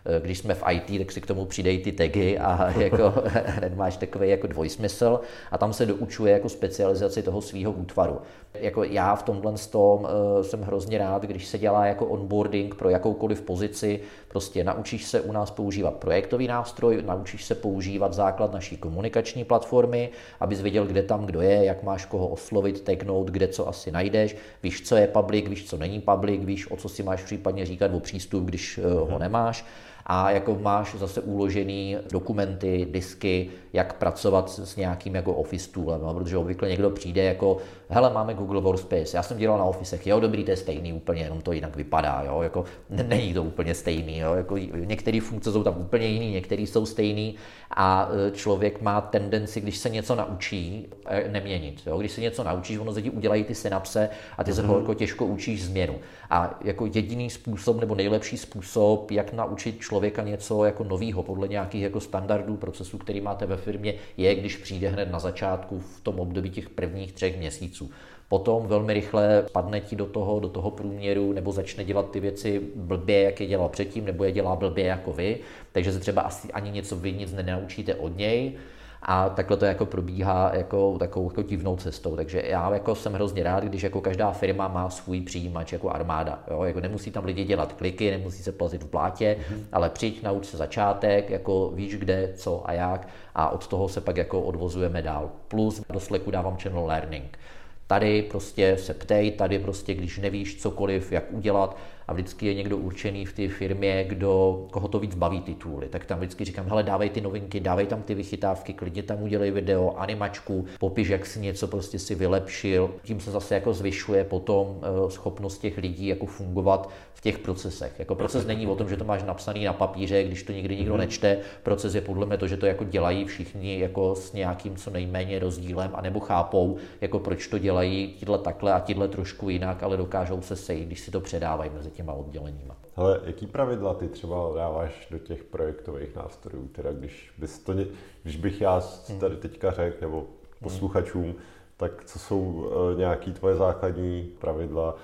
Když jsme v í té, tak si k tomu přidejí ty tagy a jako hned máš takový jako dvojsmysl a tam se doučuje jako specializaci toho svého útvaru. Jako já v tomhle tom uh, jsem hrozně rád, když se dělá jako onboarding pro jakoukoliv pozici, prostě naučíš se u nás používat projektový nástroj, naučíš se používat základ naší komunikační platformy, abys věděl, kde tam kdo je, jak máš koho oslovit, tagnout, kde co asi najdeš, víš, co je public, víš, co není public, víš, o co si máš případně říkat o přístup, když uh, ho nemáš. A jako máš zase uložený dokumenty, disky, jak pracovat s nějakým jako Office toolem, no? Protože obvykle někdo přijde jako, hele, máme Google Workspace, já jsem dělal na Officech, jo, dobrý, to je stejný úplně, jenom to jinak vypadá, jo, jako není to úplně stejný, jo, jako některé funkce jsou tam úplně jiný, některé jsou stejný a člověk má tendenci, když se něco naučí, neměnit, jo, když se něco naučíš, ono se ti udělají ty synapse a ty se mm-hmm. jako těžko učíš změnu. A jako jediný způsob nebo nejlepší způsob, jak naučit člověka něco jako novýho podle nějakých jako standardů procesů, který máte ve firmě, je, když přijde hned na začátku v tom období těch prvních třech měsíců. Potom velmi rychle padne ti do toho, do toho průměru nebo začne dělat ty věci blbě, jak je dělal předtím, nebo je dělá blbě jako vy, takže se třeba asi ani něco vy nic nenaučíte od něj. A takhle to jako probíhá jako takovou jako divnou cestou. Takže já jako jsem hrozně rád, když jako každá firma má svůj přijímač jako armáda. Jo? Jako nemusí tam lidi dělat kliky, nemusí se plazit v blátě, mm-hmm. ale přijď, nauč se začátek, jako víš kde, co a jak a od toho se pak jako odvozujeme dál. Plus do Slacku dávám channel learning. Tady prostě se ptej, tady prostě, když nevíš cokoliv, jak udělat a vždycky je někdo určený v té firmě, kdo, koho to víc baví ty tooly, tak tam vždycky říkám, hele, dávej ty novinky, dávej tam ty vychytávky, klidně tam udělej video, animačku, popiš, jak si něco prostě si vylepšil. Tím se zase jako zvyšuje potom schopnost těch lidí jako fungovat v těch procesech. Jako proces není o tom, že to máš napsaný na papíře, když to nikdy nikdo nečte. Proces je podle mě to, že to jako dělají všichni jako s nějakým co nejméně rozdílem, anebo chápou, jako proč to dělají tíhle takhle a tíhle trošku jinak, ale dokážou se sejít, když si to předávají mezi těma odděleníma. Ale jaký pravidla ty třeba dáváš do těch projektových nástrojů? Teda když, bys to, když bych já tady teďka řekl, nebo posluchačům, hmm. tak co jsou uh, nějaký tvoje základní pravidla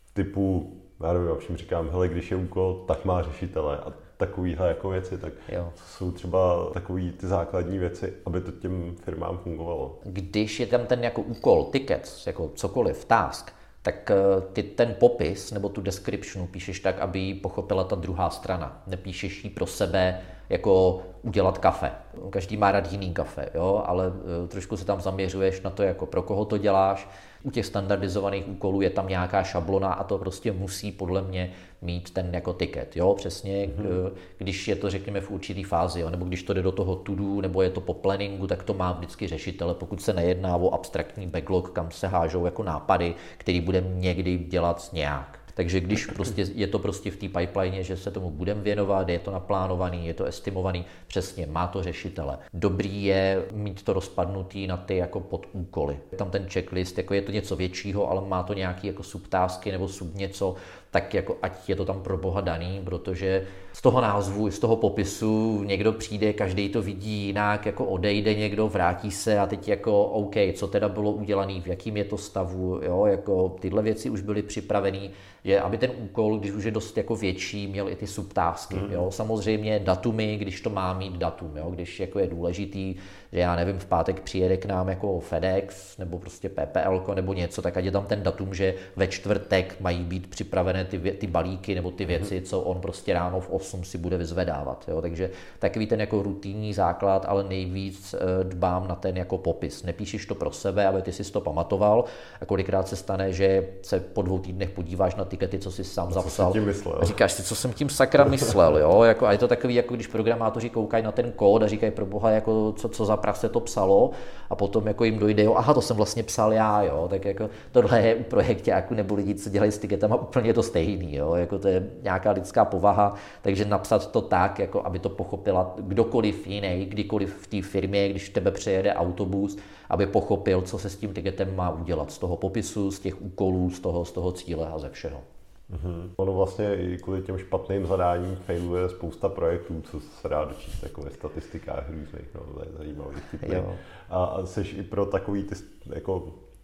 typu, já nevím, všem říkám, hele, když je úkol, tak má řešitele a takovýhle jako věci, tak jo. Co jsou třeba takový ty základní věci, aby to těm firmám fungovalo? Když je tam ten jako úkol, ticket, jako cokoliv, task, tak ty ten popis nebo tu descriptionu píšeš tak, aby ji pochopila ta druhá strana. Nepíšeš ji pro sebe jako udělat kafe. Každý má rád jiný kafe, jo? Ale trošku se tam zaměřuješ na to, jako pro koho to děláš. U těch standardizovaných úkolů je tam nějaká šablona a to prostě musí podle mě mít ten jako ticket, jo, přesně, mm-hmm. když je to řekněme v určitý fázi, jo? Nebo když to jde do toho to-do, nebo je to po planningu, tak to má vždycky řešitele, pokud se nejedná o abstraktní backlog, kam se hážou jako nápady, který budeme někdy dělat nějak. Takže když prostě je to prostě v té pipeline, že se tomu budeme věnovat, je to naplánovaný, je to estimovaný, přesně, má to řešitele. Dobrý je mít to rozpadnutý na ty jako podúkoly. Tam ten checklist, jako je to něco většího, ale má to nějaký jako subtásky nebo sub něco, tak jako ať je to tam pro boha daný, protože z toho názvu, z toho popisu někdo přijde, každý to vidí jinak, jako odejde někdo, vrátí se a teď jako OK, co teda bylo udělané, v jakým je to stavu, jo, jako tyhle věci už byly připravený, že aby ten úkol, když už je dost jako větší, měl i ty subtásky, mm. jo, samozřejmě datumy, když to má mít datum, jo, když jako je důležitý, že já nevím, v pátek přijede k nám jako FedEx nebo prostě P P L nebo něco, tak ať je tam ten datum, že ve čtvrtek mají být připravené ty, ty balíky nebo ty věci, co on prostě ráno v osm si bude vyzvedávat. Jo? Takže takový ten jako rutinní základ, ale nejvíc dbám na ten jako popis. Nepíšeš to pro sebe, aby ty si to pamatoval a kolikrát se stane, že se po dvou týdnech podíváš na tikety, co jsi sám co zapsal. A říkáš si, co jsem tím sakra myslel. Jo? Jako, a je to takový, jako když programátoři koukají na ten kód a říkají pro boha, jako, co, co za prase to psalo a potom jako jim dojde, jo, aha, to jsem vlastně psal já, jo, tak jako tohle je u projekťáků nebo lidí, co dělají s tiketama, úplně to stejný, jo, jako to je nějaká lidská povaha, takže napsat to tak, jako aby to pochopila kdokoliv jiný, kdykoliv v té firmě, když v tebe přejede autobus, aby pochopil, co se s tím tiketem má udělat, z toho popisu, z těch úkolů, z toho, z toho cíle a ze všeho. Mm-hmm. Ono vlastně i kvůli těm špatným zadáním failuje spousta projektů, co se dá dočíst jako ve statistikách různých, no, to je zajímavý. A, a seš i pro takový ty jako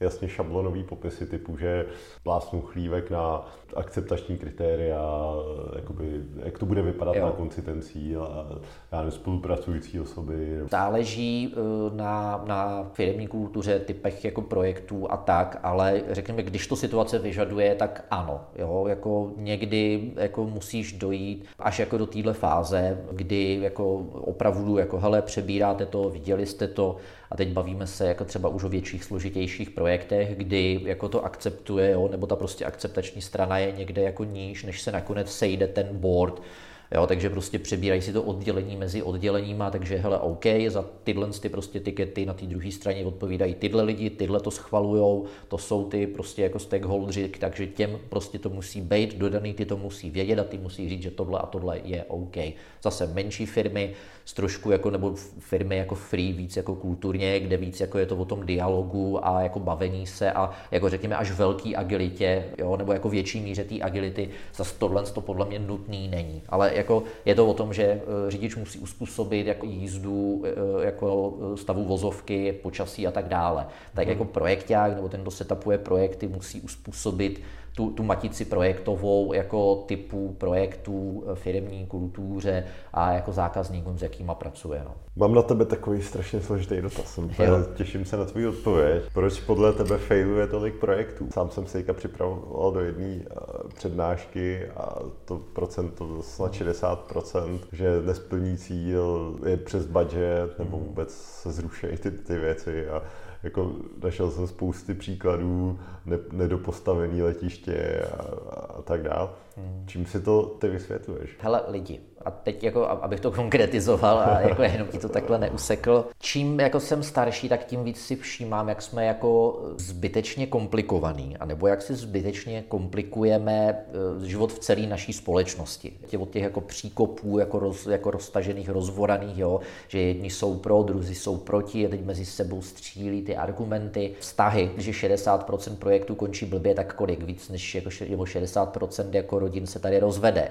jasně šablonový popisy typu, že plásnu chlívek na akceptační kritéria, jakoby, jak to bude vypadat jo. na konci ten cíl a já nevím, spolupracující osoby. Záleží na, na firemní kultuře, typech jako projektů a tak, ale řekněme, když to situace vyžaduje, tak ano. Jo? Jako někdy jako musíš dojít až jako do téhle fáze, kdy jako opravdu jako hele, přebíráte to, viděli jste to a teď bavíme se jako třeba už o větších, složitějších projektech, kdy jako to akceptuje, jo? Nebo ta prostě akceptační strana je někde jako níž, než se nakonec sejde ten board. Jo, takže prostě přebírají si to oddělení mezi odděleníma, takže hele, OK, za tyhle ty prostě tikety na té druhé straně odpovídají tyhle lidi, tyhle to schvalujou, to jsou ty prostě jako stakeholdři, takže těm prostě to musí být dodaný, ty to musí vědět a ty musí říct, že tohle a tohle je OK. Zase menší firmy, z trošku jako, nebo firmy jako free, víc jako kulturně, kde víc jako je to o tom dialogu a jako bavení se a jako řekněme až velký agilitě, jo, nebo jako větší míře té agility, zase tohle to podle mě nutný není. Ale jako je to o tom, že řidič musí uspůsobit jako jízdu, jako stavu vozovky, počasí a tak dále. Tak hmm. jako projekták nebo ten, kdo setupuje projekty, musí uspůsobit tu, tu matici projektovou jako typu projektů, firemní kultuře a jako zákazníkům, s jakýma pracuje. No. Mám na tebe takový strašně složitý dotaz. Těším se na tvou odpověď. Proč podle tebe failuje tolik projektů? Sám jsem se teďka připravoval do jedné přednášky a to procento snad šedesát procent, že nesplní cíl, je přes budget nebo vůbec se zrušejí ty, ty věci a jako našel jsem spousty příkladů, ne, nedopostavený letiště a, a tak dále. Hmm. Čím si to ty vysvětluješ? Hele, lidi. A teď, jako, abych to konkretizoval a jako jenom ti to takhle neusekl. Čím jako jsem starší, tak tím víc si všímám, jak jsme jako zbytečně komplikovaný, anebo jak si zbytečně komplikujeme život v celé naší společnosti. Od těch jako příkopů, jako, roz, jako roztažených, rozvoraných, jo, že jedni jsou pro, druzí jsou proti a teď mezi sebou střílí ty argumenty. Vztahy, když šedesát procent projektů končí blbě, tak kolik? Víc než jako šedesát procent jako rodin se tady rozvede.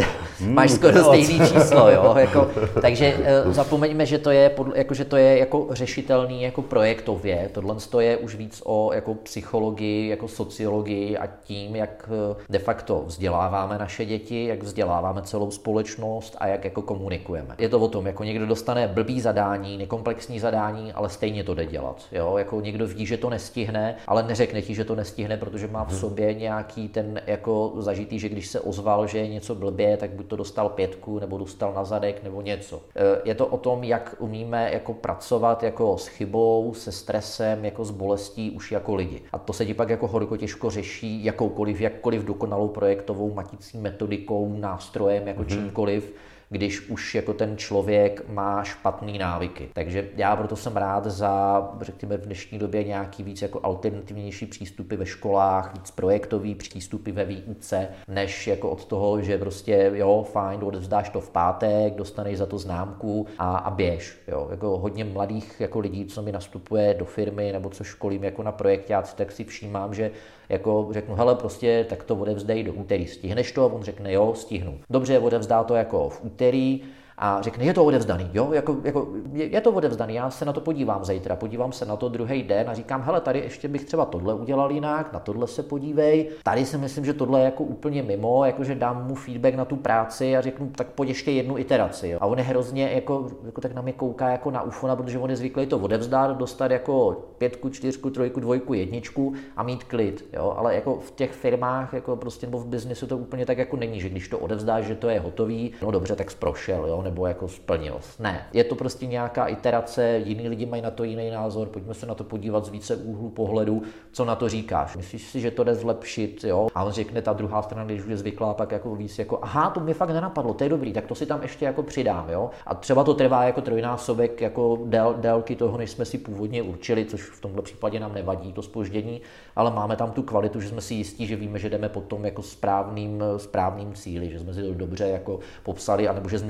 Máš skoro stejný číslo, jo, jako, takže uh, zapomeňme, že to je, podle, jako, že to je jako řešitelný jako projektově, tohle je už víc o jako psychologii, jako sociologii a tím, jak uh, de facto vzděláváme naše děti, jak vzděláváme celou společnost a jak jako komunikujeme. Je to o tom, jako někdo dostane blbý zadání, nekomplexní zadání, ale stejně to jde dělat, jo, jako někdo ví, že to nestihne, ale neřekne ti, že to nestihne, protože má v sobě nějaký ten jako zažitý, že když se ozval, že je něco blbě, tak buď to dostal pětku, nebo dostal na zadek, nebo něco. Je to o tom, jak umíme jako pracovat jako s chybou, se stresem, jako s bolestí už jako lidi. A to se ti pak jako horko těžko řeší jakoukoliv, jakkoliv dokonalou projektovou maticí metodikou, nástrojem, jako mm-hmm. čímkoliv, když už jako ten člověk má špatný návyky. Takže já proto jsem rád za, řekněme, v dnešní době nějaký víc jako alternativnější přístupy ve školách, víc projektový přístupy ve výuce, než jako od toho, že prostě jo, fajn, odevzdáš to v pátek, dostaneš za to známku a, a běž. Jo. Jako hodně mladých jako lidí, co mi nastupuje do firmy nebo co školím jako na projektáci, tak si všímám, že jako řeknu, hele, prostě tak to odevzdej do úterý, stihneš to? A on řekne, jo, stihnu. Dobře, odevzdá to jako v úterý a řekne, je to odevzdaný, jo, jako, jako je, je to odevzdaný, já se na to podívám zítra, podívám se na to druhý den a říkám, hele, tady ještě bych třeba tohle udělal jinak, na tohle se podívej, tady si myslím, že tohle je jako úplně mimo, jakože dám mu feedback na tu práci a řeknu, tak pojď ještě jednu iteraci, jo. A on je hrozně, jako, jako tak na mě kouká jako na ufona, protože on je zvyklý to odevzdat, dostat jako pětku, čtyřku, trojku, dvojku, jedničku a mít klid, jo, ale jako v těch firmách, jako prostě nebo v biznesu to úplně tak jako není, že když to odevzdáš, že to je hotový, no dobře, tak zprošel, jo, nebo jako splnil. Ne, je to prostě nějaká iterace, jiní lidi mají na to jiný názor, pojďme se na to podívat z více úhlu pohledu, co na to říkáš. Myslíš si, že to jde zlepšit, jo? A on řekne, ta druhá strana, když už je zvyklá, pak jako víc jako, aha, to mi fakt nenapadlo, to je dobrý, tak to si tam ještě jako přidám, jo? A třeba to trvá jako trojnásobek jako dél, délky toho, než jsme si původně určili, což v tomto případě nám nevadí to zpoždění, ale máme tam tu kvalitu, že jsme si jistí, že víme, že jdeme potom jako správným, správným cíli, že jsme si to dobře jako popsali, anebo že jsme udělali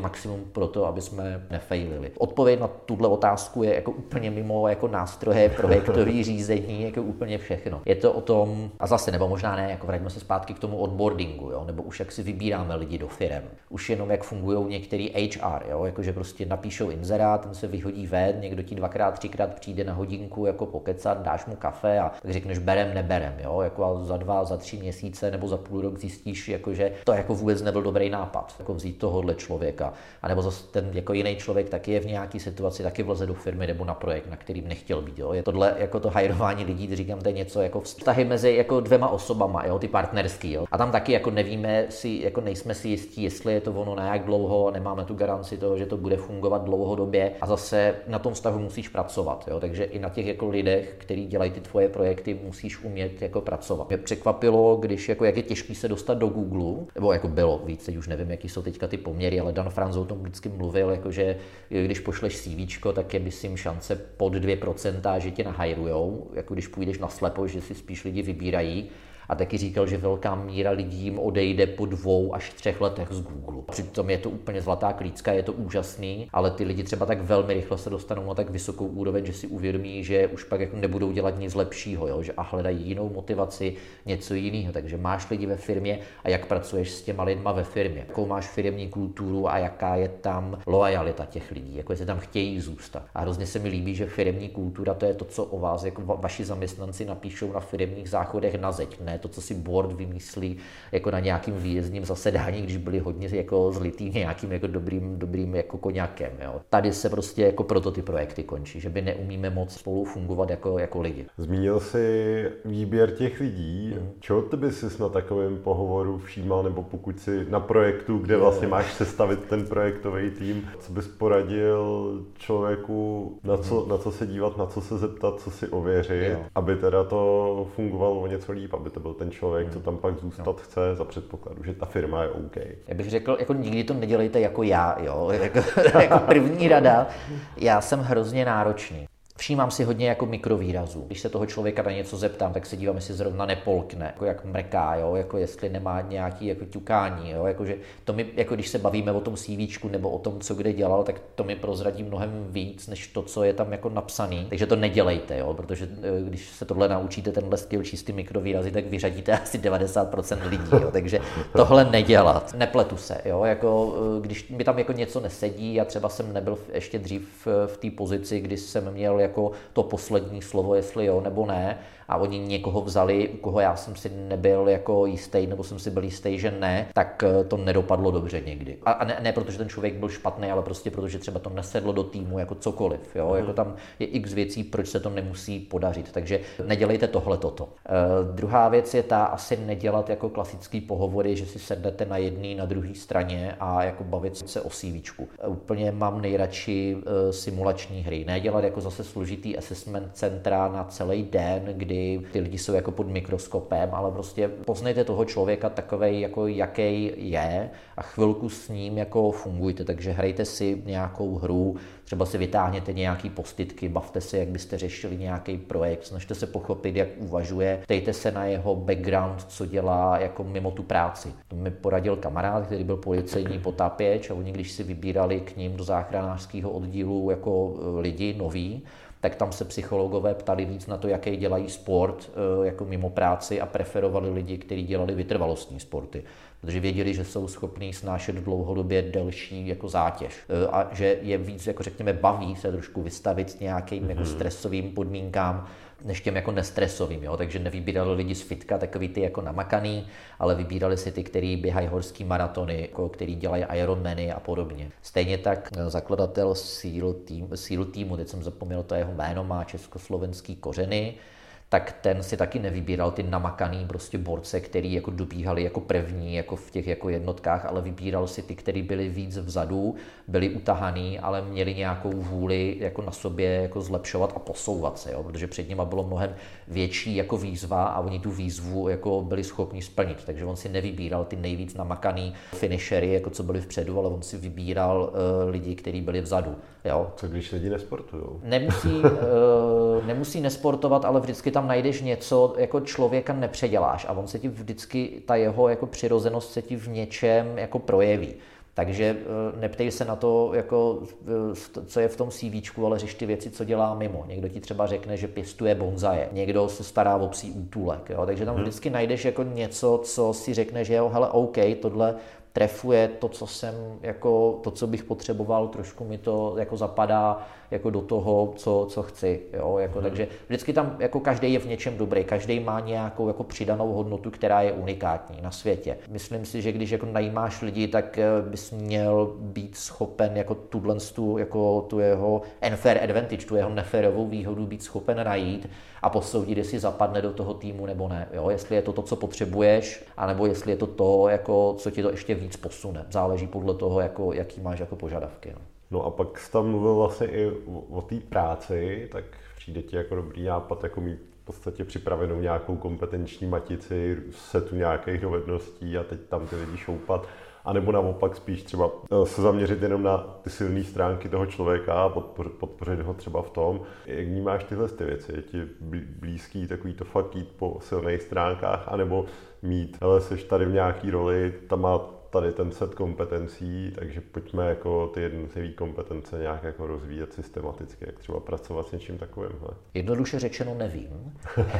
maximum pro to, aby jsme nefailili. Odpověď na tuhle otázku je jako úplně mimo jako nástroje, projektové řízení, jako úplně všechno. Je to o tom, a zase, nebo možná ne, jako vraťme se zpátky k tomu onboardingu, jo, nebo už jak si vybíráme lidi do firem. Už jenom jak fungují některý H R, jo, jakože prostě napíšou inzerát, ten se vyhodí ven, někdo ti dvakrát, třikrát přijde na hodinku jako pokecat, dáš mu kafe a tak řekneš berem, neberem, jo, jako a za dva, za tři měsíce nebo za půl rok zjistíš, jakože to jako vůbec nebyl dobrý nápad, jako vzít tohohle člověka. A nebo zase ten jako jiný člověk taky je v nějaké situaci, taky vleze do firmy nebo na projekt, na kterým nechtěl být, jo. Je tohle jako to hajrování lidí, to říkám, to je něco jako vztahy mezi jako dvěma osobama, jo, ty partnerský, jo. A tam taky jako nevíme si, jako nejsme si jistí, jestli je to ono na jak dlouho, nemáme tu garanci toho, že to bude fungovat dlouhodobě a zase na tom vztahu musíš pracovat, jo. Takže i na těch jako lidech, kteří dělají ty tvoje projekty, musíš umět jako pracovat. Mě překvapilo, když jako jak je těžký se dostat do Google, nebo jako bylo víc, teď už nevím, jaký jsou teďka ty poměry, ale Dan Franz o tom vždycky mluvil, jakože když pošleš CVčko, tak je myslím šance pod dvě procenta, že tě nahajrujou, jako když půjdeš na slepo, že si spíš lidi vybírají. A taky říkal, že velká míra lidí jim odejde po dvou až třech letech z Google. Přitom je to úplně zlatá klícka, je to úžasný, ale ty lidi třeba tak velmi rychle se dostanou na tak vysokou úroveň, že si uvědomí, že už pak jako nebudou dělat nic lepšího, jo? Že a hledají jinou motivaci, něco jiného. Takže máš lidi ve firmě a jak pracuješ s těma lidma ve firmě. Jakou máš firemní kulturu a jaká je tam loajalita těch lidí, jako jestli tam chtějí zůstat. A hrozně se mi líbí, že firemní kultura to je to, co o vás jako va- vaši zaměstnanci napíšou na firemních záchodech na zeď. Ne to, co si board vymyslí jako na nějakým výjezdním zasedání, když byli hodně jako zlitý nějakým jako dobrým, dobrým jako koňakem. Jo. Tady se prostě jako proto ty projekty končí, že by neumíme moc spolu fungovat jako, jako lidi. Zmínil jsi výběr těch lidí. Hmm. Čeho ty bys si na takovém pohovoru všímal, nebo pokud si na projektu, kde vlastně máš sestavit ten projektový tým, co bys poradil člověku, na co, hmm. na co se dívat, na co se zeptat, co si ověřit, jo. aby teda to fungovalo o něco líp, aby to byl ten člověk, co tam pak zůstat no. chce za předpokladu, že ta firma je OK. Já bych řekl, jako nikdy to nedělejte jako já, jo, jako, jako první rada, já jsem hrozně náročný. Všímám si hodně jako mikrovýrazů. Když se toho člověka na něco zeptám, tak se dívám, jestli zrovna nepolkne, jako jak mrká, jo, jako jestli nemá nějaký jako ťukání, jo, jakože to mi, jako když se bavíme o tom CVčku nebo o tom, co kde dělal, tak to mi prozradí mnohem víc, než to, co je tam jako napsaný. Takže to nedělejte, jo, protože když se tohle naučíte, tenhle skill čistý mikrovýrazy, tak vyřadíte asi devadesát procent lidí, jo, takže tohle nedělat. Nepletu se, jo, jako když mi tam jako něco nesedí, já třeba jsem nebyl ještě dřív v té pozici, kdy jsem měl jako to poslední slovo, jestli jo nebo ne, a oni někoho vzali, u koho já jsem si nebyl jako jistý, nebo jsem si byl jistý, že ne, tak to nedopadlo dobře někdy. A ne, ne protože ten člověk byl špatný, ale prostě protože třeba to nesedlo do týmu jako cokoliv, jo, mm. jako tam je x věcí, proč se to nemusí podařit, takže nedělejte tohle toto. Uh, druhá věc je ta, asi nedělat jako klasický pohovory, že si sednete na jedné, na druhé straně a jako bavit se o CVčku. Úplně mám nejradši uh, simulační hry, nedělat jako zase složitý assessment centra na celý den, kdy ty lidi jsou jako pod mikroskopem, ale prostě poznejte toho člověka takovej, jako jaký je a chvilku s ním jako fungujte, takže hrajte si nějakou hru, třeba si vytáhněte nějaký postitky, bavte se, jak byste řešili nějaký projekt, snažte se pochopit, jak uvažuje, ptejte se na jeho background, co dělá jako mimo tu práci. To mi poradil kamarád, který byl policejní potápěč a oni, když si vybírali k ním do záchranářského oddílu jako lidi noví, tak tam se psychologové ptali víc na to, jaký dělají sport jako mimo práci a preferovali lidi, kteří dělali vytrvalostní sporty, protože věděli, že jsou schopní snášet dlouhodobě delší jako zátěž a že je víc, jako řekněme, baví se trošku vystavit nějakým mm-hmm. jako stresovým podmínkám, než těm jako nestresovým, jo? Takže nevybírali lidi z fitka, takový ty jako namakaný, ale vybírali si ty, kteří běhají horský maratony, jako který dělají Ironmany a podobně. Stejně tak zakladatel SEAL, tým, SEAL týmu, teď jsem zapomněl to jeho jméno, má československý kořeny, tak ten si taky nevybíral ty namakaný prostě borce, který jako dobíhali jako první jako v těch jako jednotkách, ale vybíral si ty, kteří byli víc vzadu, byli utahaný, ale měli nějakou vůli jako na sobě jako zlepšovat a posouvat se, jo? Protože před nima bylo mnohem větší jako výzva a oni tu výzvu jako byli schopni splnit, takže on si nevybíral ty nejvíc namakaný finishery, jako co byli vpředu, ale on si vybíral uh, lidi, kteří byli vzadu. Jo? Co když lidi nesportujou? Nemusí, uh, nemusí nesportovat, ale vždycky tam najdeš něco, jako člověka nepředěláš a on se ti vždycky, ta jeho jako přirozenost se ti v něčem jako projeví. Takže neptej se na to, jako, co je v tom CVčku, ale řeš ty věci, co dělá mimo. Někdo ti třeba řekne, že pěstuje bonzaje, někdo se stará o psí útulek. Jo? Takže tam vždycky najdeš jako něco, co si řekne, že jo, hele, OK, tohle trefuje to, co jsem, jako to, co bych potřeboval, trošku mi to jako zapadá jako do toho, co, co chci. Jo? Jako, hmm. Takže vždycky tam jako každý je v něčem dobrý, každý má nějakou jako přidanou hodnotu, která je unikátní na světě. Myslím si, že když jako najímáš lidi, tak bys měl být schopen jako tuhle tu, jako tu jeho unfair advantage, tu jeho neférovou výhodu být schopen najít a posoudit, jestli zapadne do toho týmu nebo ne. Jo? Jestli je to to, co potřebuješ, anebo jestli je to to, jako, co ti to ještě víc posune. Záleží podle toho, jako, jaký máš jako požadavky. No. No a pak jsi tam mluvil vlastně i o, o té práci, tak přijde ti jako dobrý nápad jako mít v podstatě připravenou nějakou kompetenční matici, setu nějakých dovedností a teď tam ty lidi šoupat. A nebo naopak spíš třeba se zaměřit jenom na ty silné stránky toho člověka a podpořit, podpořit ho třeba v tom. Jak vnímáš tyhle ty věci? Je ti blízký takový to fakt jít po silných stránkách, anebo mít, hele, seš tady v nějaký roli, tam má tady ten set kompetencí, takže pojďme jako ty jednotlivé kompetence nějak jako rozvíjet systematicky, jak třeba pracovat s něčím takovýmhle. Jednoduše řečeno nevím.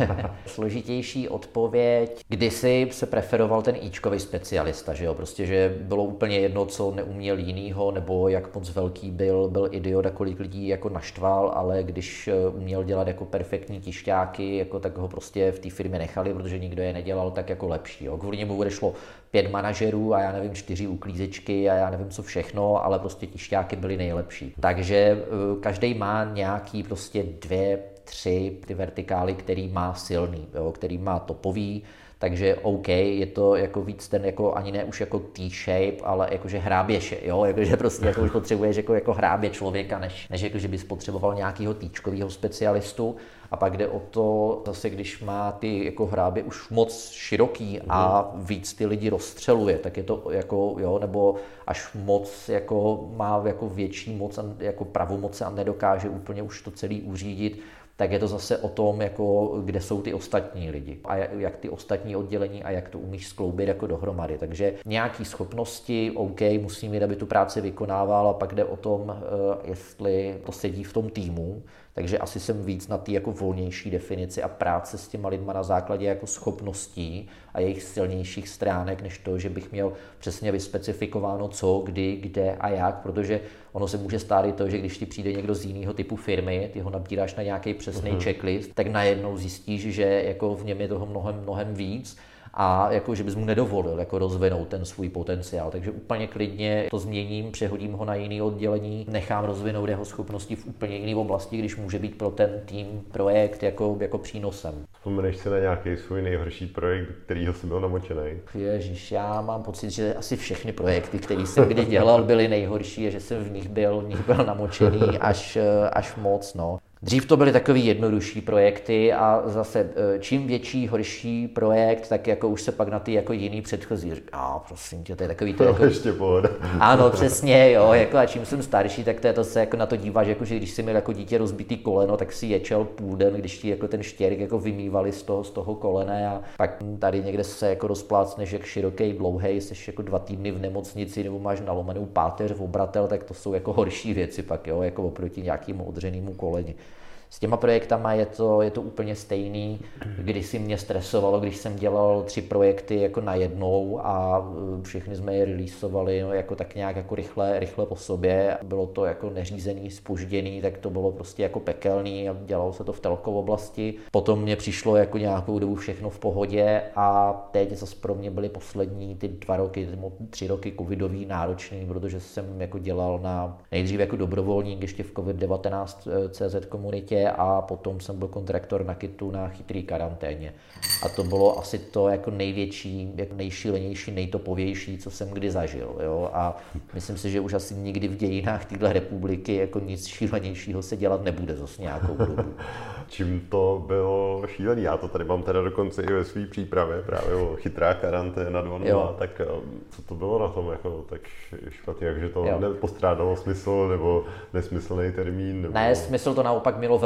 Složitější odpověď. Kdysi se preferoval ten íčkový specialista, že jo, prostě, že bylo úplně jedno, co neuměl jinýho, nebo jak moc velký byl, byl idiot a kolik lidí jako naštval, ale když uměl dělat jako perfektní tišťáky, jako tak ho prostě v té firmě nechali, protože nikdo je nedělal tak jako lepší. Jo. Kvůli němu odešlo pět manažerů a já nevím, čtyři uklízečky a já nevím co všechno, ale prostě tišťáky byly nejlepší. Takže každý má nějaký prostě dvě, tři ty vertikály, který má silný, jo, který má topový, takže OK, je to jako víc ten jako ani ne už jako T-shape, ale jakože hráběše, jo, jakože prostě jako už potřebuješ jako, jako hrábě člověka, než, než jako, že bys potřeboval nějakého týčkového specialistu. A pak jde o to, zase když má ty jako hrábě už moc široký a víc ty lidi rozstřeluje, tak je to jako, jo, nebo až moc jako má jako větší moc a jako pravomoce a nedokáže úplně už to celý uřídit, tak je to zase o tom, jako, kde jsou ty ostatní lidi a jak ty ostatní oddělení a jak to umíš skloubit jako dohromady. Takže nějaké schopnosti, OK, musí mít, aby tu práci vykonával, a pak jde o tom, jestli to sedí v tom týmu. Takže asi jsem víc na té jako volnější definici a práce s těma lidma na základě jako schopností a jejich silnějších stránek, než to, že bych měl přesně vyspecifikováno co, kdy, kde a jak, protože ono se může stát i to, že když ti přijde někdo z jiného typu firmy, ty ho nabíráš na nějaký přesný uh-huh. checklist, tak najednou zjistíš, že jako v něm je toho mnohem, mnohem víc a jako, že bys mu nedovolil jako rozvinout ten svůj potenciál. Takže úplně klidně to změním, přehodím ho na jiný oddělení, nechám rozvinout jeho schopnosti v úplně jiné oblasti, když může být pro ten tým, projekt jako, jako přínosem. Vzpomeneš si na nějaký svůj nejhorší projekt, kterýho jsi byl namočený? Ježiš, já mám pocit, že asi všechny projekty, které jsem kdy dělal, byly nejhorší a že jsem v nich byl, v nich byl namočený až, až moc. No. Dřív to byly takový jednodušší projekty a zase čím větší, horší projekt, tak jako už se pak na ty jako jiný předchozí říká, a prosím tě, to je takový to jako... Ještě pohoda. Ano, přesně, jo, jako a čím jsem starší, tak to, je to se jako na to díváš, jako že když jsi měl jako dítě rozbitý koleno, tak si ječel půl den, když ti jako ten štěrk jako vymývali z toho, z toho kolene a pak tady někde se jako rozplácneš jak široký, dlouhej, jsi jako dva týdny v nemocnici nebo máš nalomenou páteř v obratel, tak to jsou jako horší věci pak, jo, jako oproti nějakému odřenému koleni. S těma projektama je to, je to úplně stejný, když si mě stresovalo, když jsem dělal tři projekty jako najednou a všechny jsme je releaseovali no, jako tak nějak jako rychle, rychle po sobě. Bylo to jako neřízený, zpožděný, tak to bylo prostě jako pekelný a dělalo se to v telko oblasti. Potom mě přišlo jako nějakou dobu všechno v pohodě a teď zase pro mě byly poslední ty dva roky, tři roky covidový náročný, protože jsem jako dělal na nejdřív jako dobrovolník ještě v covid devatenáct tečka cé zet komunitě a potom jsem byl kontraktor na Kitu na chytrý karanténě. A to bylo asi to jako největší, jako nejšílenější, nejtopovější, co jsem kdy zažil. Jo? A myslím si, že už asi nikdy v dějinách téhle republiky jako nic šílenějšího se dělat nebude zase nějakou dobu. Čím to bylo šílený? Já to tady mám teda dokonce i ve své přípravě, právě o chytrá karanténa dva nula, tak co to bylo na tom jako tak špatně, jakže to jo. nepostrádalo smysl nebo nesmyslný termín? Nebo... Ne, smysl to naopak mělo velký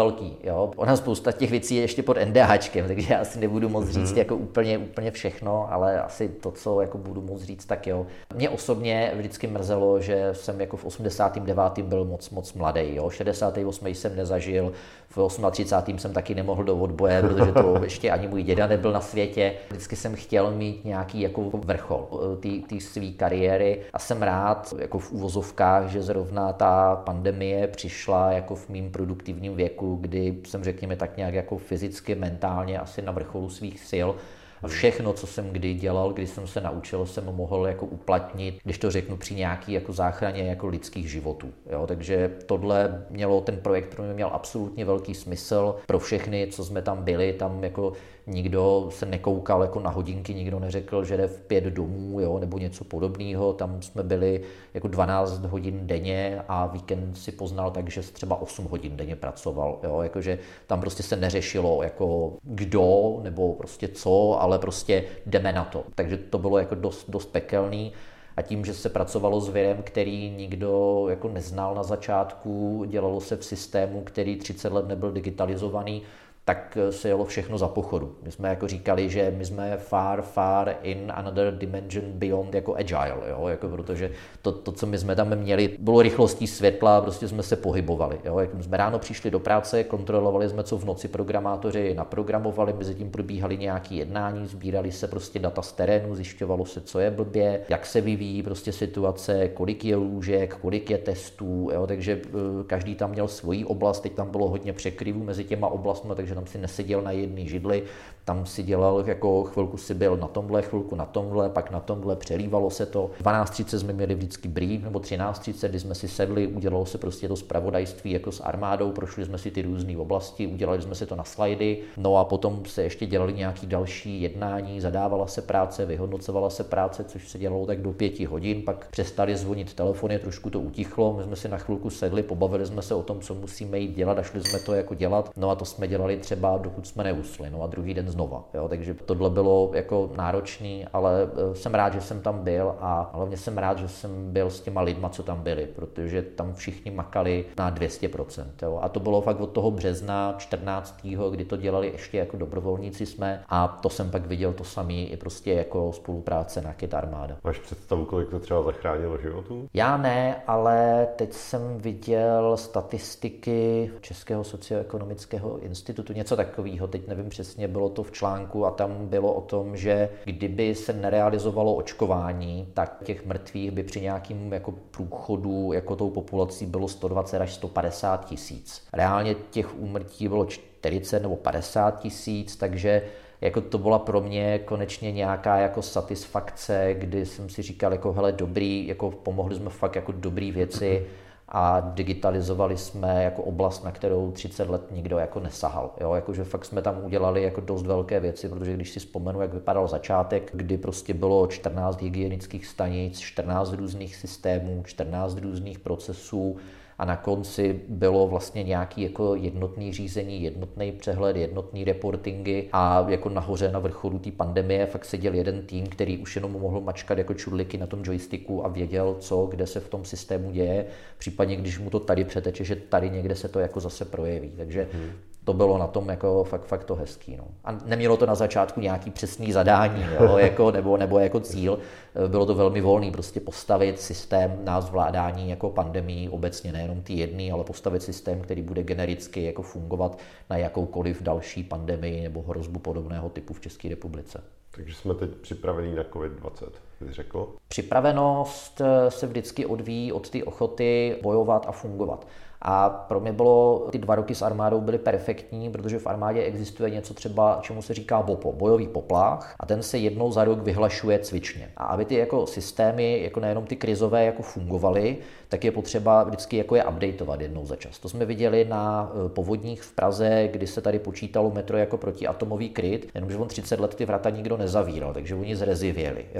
velký. Jo. Ona spousta těch věcí je ještě pod NDAčkem, takže já asi nebudu moc říct jako úplně, úplně všechno, ale asi to, co jako budu moc říct, tak jo. Mě osobně vždycky mrzelo, že jsem jako v osmdesátém devátém byl moc, moc mladý. Jo. šedesátý osmý jsem nezažil, v třicátém osmém jsem taky nemohl do odboje, protože to ještě ani můj děda nebyl na světě. Vždycky jsem chtěl mít nějaký jako vrchol té své kariéry a jsem rád jako v uvozovkách, že zrovna ta pandemie přišla jako v mým produktivním věku, kdy jsem řekněme tak nějak jako fyzicky, mentálně asi na vrcholu svých sil. A všechno, co jsem kdy dělal, když jsem se naučil, jsem mohl jako uplatnit, když to řeknu, při nějaký jako záchraně jako lidských životů. Jo? Takže tohle mělo, ten projekt pro mě měl absolutně velký smysl. Pro všechny, co jsme tam byli, tam jako nikdo se nekoukal jako na hodinky, nikdo neřekl, že jde v pět domů, jo? Nebo něco podobného. Tam jsme byli jako dvanáct hodin denně a víkend si poznal tak, že třeba osm hodin denně pracoval. Jo? Jakože tam prostě se neřešilo jako kdo nebo prostě co, ale prostě jdeme na to. Takže to bylo jako dost, dost pekelný. A tím, že se pracovalo s virem, který nikdo jako neznal na začátku, dělalo se v systému, který třicet let nebyl digitalizovaný, tak se jelo všechno za pochodu. My jsme jako říkali, že my jsme far, far in another dimension beyond jako agile, jo? Jako protože to, to, co my jsme tam měli, bylo rychlostí světla, prostě jsme se pohybovali. Jo? Jak jsme ráno přišli do práce, kontrolovali jsme, co v noci programátoři naprogramovali, mezi tím probíhaly nějaké jednání, sbírali se prostě data z terénu, zjišťovalo se, co je blbě, jak se vyvíjí prostě situace, kolik je lůžek, kolik je testů, jo? Takže každý tam měl svoji oblast, teď tam bylo hodně překryvů mezi těma oblastmi, takže tam si neseděl na jedné židli, tam si dělal, jako chvilku si byl na tomhle, chvilku na tomhle, pak na tomhle, přelívalo se to. dvanáct třicet jsme měli vždycky brief, nebo třináct třicet, kdy jsme si sedli, udělalo se prostě to zpravodajství jako s armádou, prošli jsme si ty různé oblasti, udělali jsme si to na slajdy, no a potom se ještě dělali nějaký další jednání, zadávala se práce, vyhodnocovala se práce, což se dělalo tak do pěti hodin, pak přestali zvonit telefony, trošku to utichlo, my jsme si na chvilku sedli, pobavili jsme se o tom, co musíme jít dělat a šli jsme to jako dělat, no a to jsme dělali třeba dokud jsme neusli, no a druhý den znova, jo, takže tohle bylo jako náročný, ale jsem rád, že jsem tam byl a hlavně jsem rád, že jsem byl s těma lidma, co tam byli, protože tam všichni makali na dvě stě procent, jo, a to bylo fakt od toho března čtrnáctého kdy to dělali ještě jako dobrovolníci jsme a to jsem pak viděl to samý i prostě jako spolupráce na Kit Armáda. Máš představu, kolik to třeba zachránilo životů? Já ne, ale teď jsem viděl statistiky Českého socioekonomického institutu, něco takového, teď nevím přesně, bylo to v článku a tam bylo o tom, že kdyby se nerealizovalo očkování, tak těch mrtvých by při nějakým jako průchodu jako tou populací bylo sto dvacet až sto padesát tisíc. Reálně těch úmrtí bylo čtyřicet nebo padesát tisíc, takže jako to byla pro mě konečně nějaká jako satisfakce, kdy jsem si říkal jako hele dobrý, jako pomohli jsme fakt jako dobrý věci a digitalizovali jsme jako oblast, na kterou třicet let nikdo jako nesahal. Jo? Jakože fakt jsme tam udělali jako dost velké věci, protože když si vzpomenu, jak vypadal začátek, kdy prostě bylo čtrnáct hygienických stanic, čtrnáct různých systémů, čtrnáct různých procesů, a na konci bylo vlastně nějaký jako jednotný řízení, jednotný přehled, jednotný reportingy a jako nahoře na vrcholu té pandemie fakt seděl jeden tým, který už jenom mohl mačkat jako čudliky na tom joysticku a věděl, co, kde se v tom systému děje, případně když mu to tady přeteče, že tady někde se to jako zase projeví. Takže hmm. to bylo na tom jako fakt, fakt to hezký. No. A nemělo to na začátku nějaký přesný zadání, jo, jako, nebo, nebo jako cíl. Bylo to velmi volný, prostě postavit systém na zvládání jako pandemii, obecně nejenom ty jedný, ale postavit systém, který bude genericky jako fungovat na jakoukoliv další pandemii nebo hrozbu podobného typu v České republice. Takže jsme teď připravení na covid dvacet, jsi řekl? Připravenost se vždycky odvíjí od té ochoty bojovat a fungovat. A pro mě bylo, ty dva roky s armádou byly perfektní, protože v armádě existuje něco třeba, čemu se říká BOPO, bojový poplach, a ten se jednou za rok vyhlašuje cvičně. A aby ty jako systémy, jako nejenom ty krizové, jako fungovaly, tak je potřeba vždycky jako je updateovat jednou za čas. To jsme viděli na povodních v Praze, kdy se tady počítalo metro jako protiatomový kryt, jenomže on třicet let ty vrata nikdo nezavíral, takže oni zrezivěli, jo.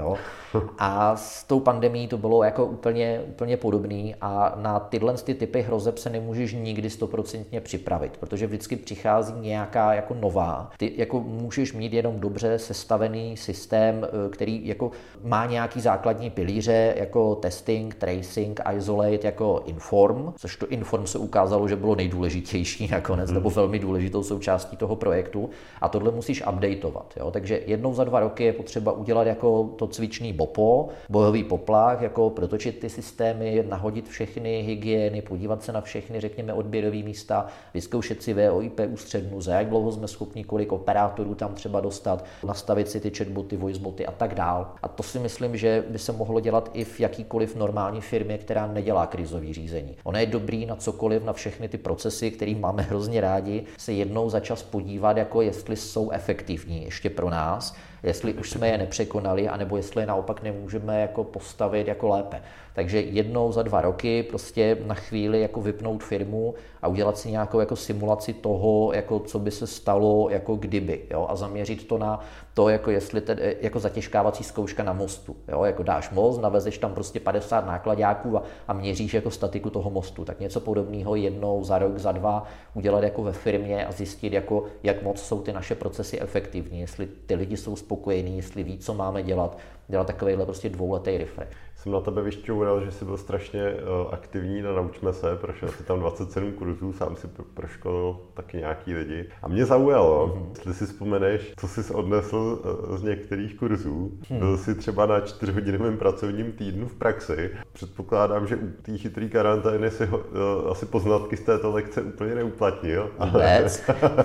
A s tou pandemií to bylo jako úplně, úplně podobný a na tyhle ty typy hrozeb se nemůžeš nikdy stoprocentně připravit, protože vždycky přichází nějaká jako nová. Ty jako můžeš mít jenom dobře sestavený systém, který jako má nějaký základní pilíře, jako testing, tracing, isolate, jako inform, což to inform se ukázalo, že bylo nejdůležitější nakonec, nebo velmi důležitou součástí toho projektu a tohle musíš updateovat. Jo? Takže jednou za dva roky je potřeba udělat jako to cvičný bopo, bojový poplach, jako protočit ty systémy, nahodit všechny hygieny, podívat se na všechny, řekněme, odběrové místa, vyzkoušet si V O I P ústřednu, za jak dlouho jsme schopni, kolik operátorů tam třeba dostat, nastavit si ty chatboty, voiceboty a tak dál. A to si myslím, že by se mohlo dělat i v jakýkoliv normální firmě, která nedělá krizový řízení. Ono je dobrý na cokoliv, na všechny ty procesy, které máme hrozně rádi, se jednou za čas podívat, jako jestli jsou efektivní ještě pro nás, jestli už jsme je nepřekonali, anebo jestli je naopak nemůžeme jako postavit jako lépe. Takže jednou za dva roky prostě na chvíli jako vypnout firmu a udělat si nějakou jako simulaci toho, jako co by se stalo, jako kdyby, jo? A zaměřit to na to, jako jestli tedy, jako zatěžkávací zkouška na mostu, jo? Jako dáš most, navezeš tam prostě padesát nákladáků a, a měříš jako statiku toho mostu. Tak něco podobného jednou za rok, za dva udělat jako ve firmě a zjistit, jako, jak moc jsou ty naše procesy efektivní, jestli ty lidi jsou spokojení, jestli ví, co máme dělat, dělat takovýhle prostě dvouletý refresh. Jsem na tebe vyšťoural, že jsi byl strašně uh, aktivní na Naučme se, prošel si tam dvacet sedm kurzů, sám si proškolil taky nějaký lidi. A mě zaujalo, mm-hmm. jestli si vzpomeneš, co jsi odnesl uh, z některých kurzů. Hmm. Byl jsi třeba na čtyřhodinovém pracovním týdnu v praxi. Předpokládám, že u té chytrý karantény si uh, asi poznatky z této lekce úplně neuplatnil. Vůbec.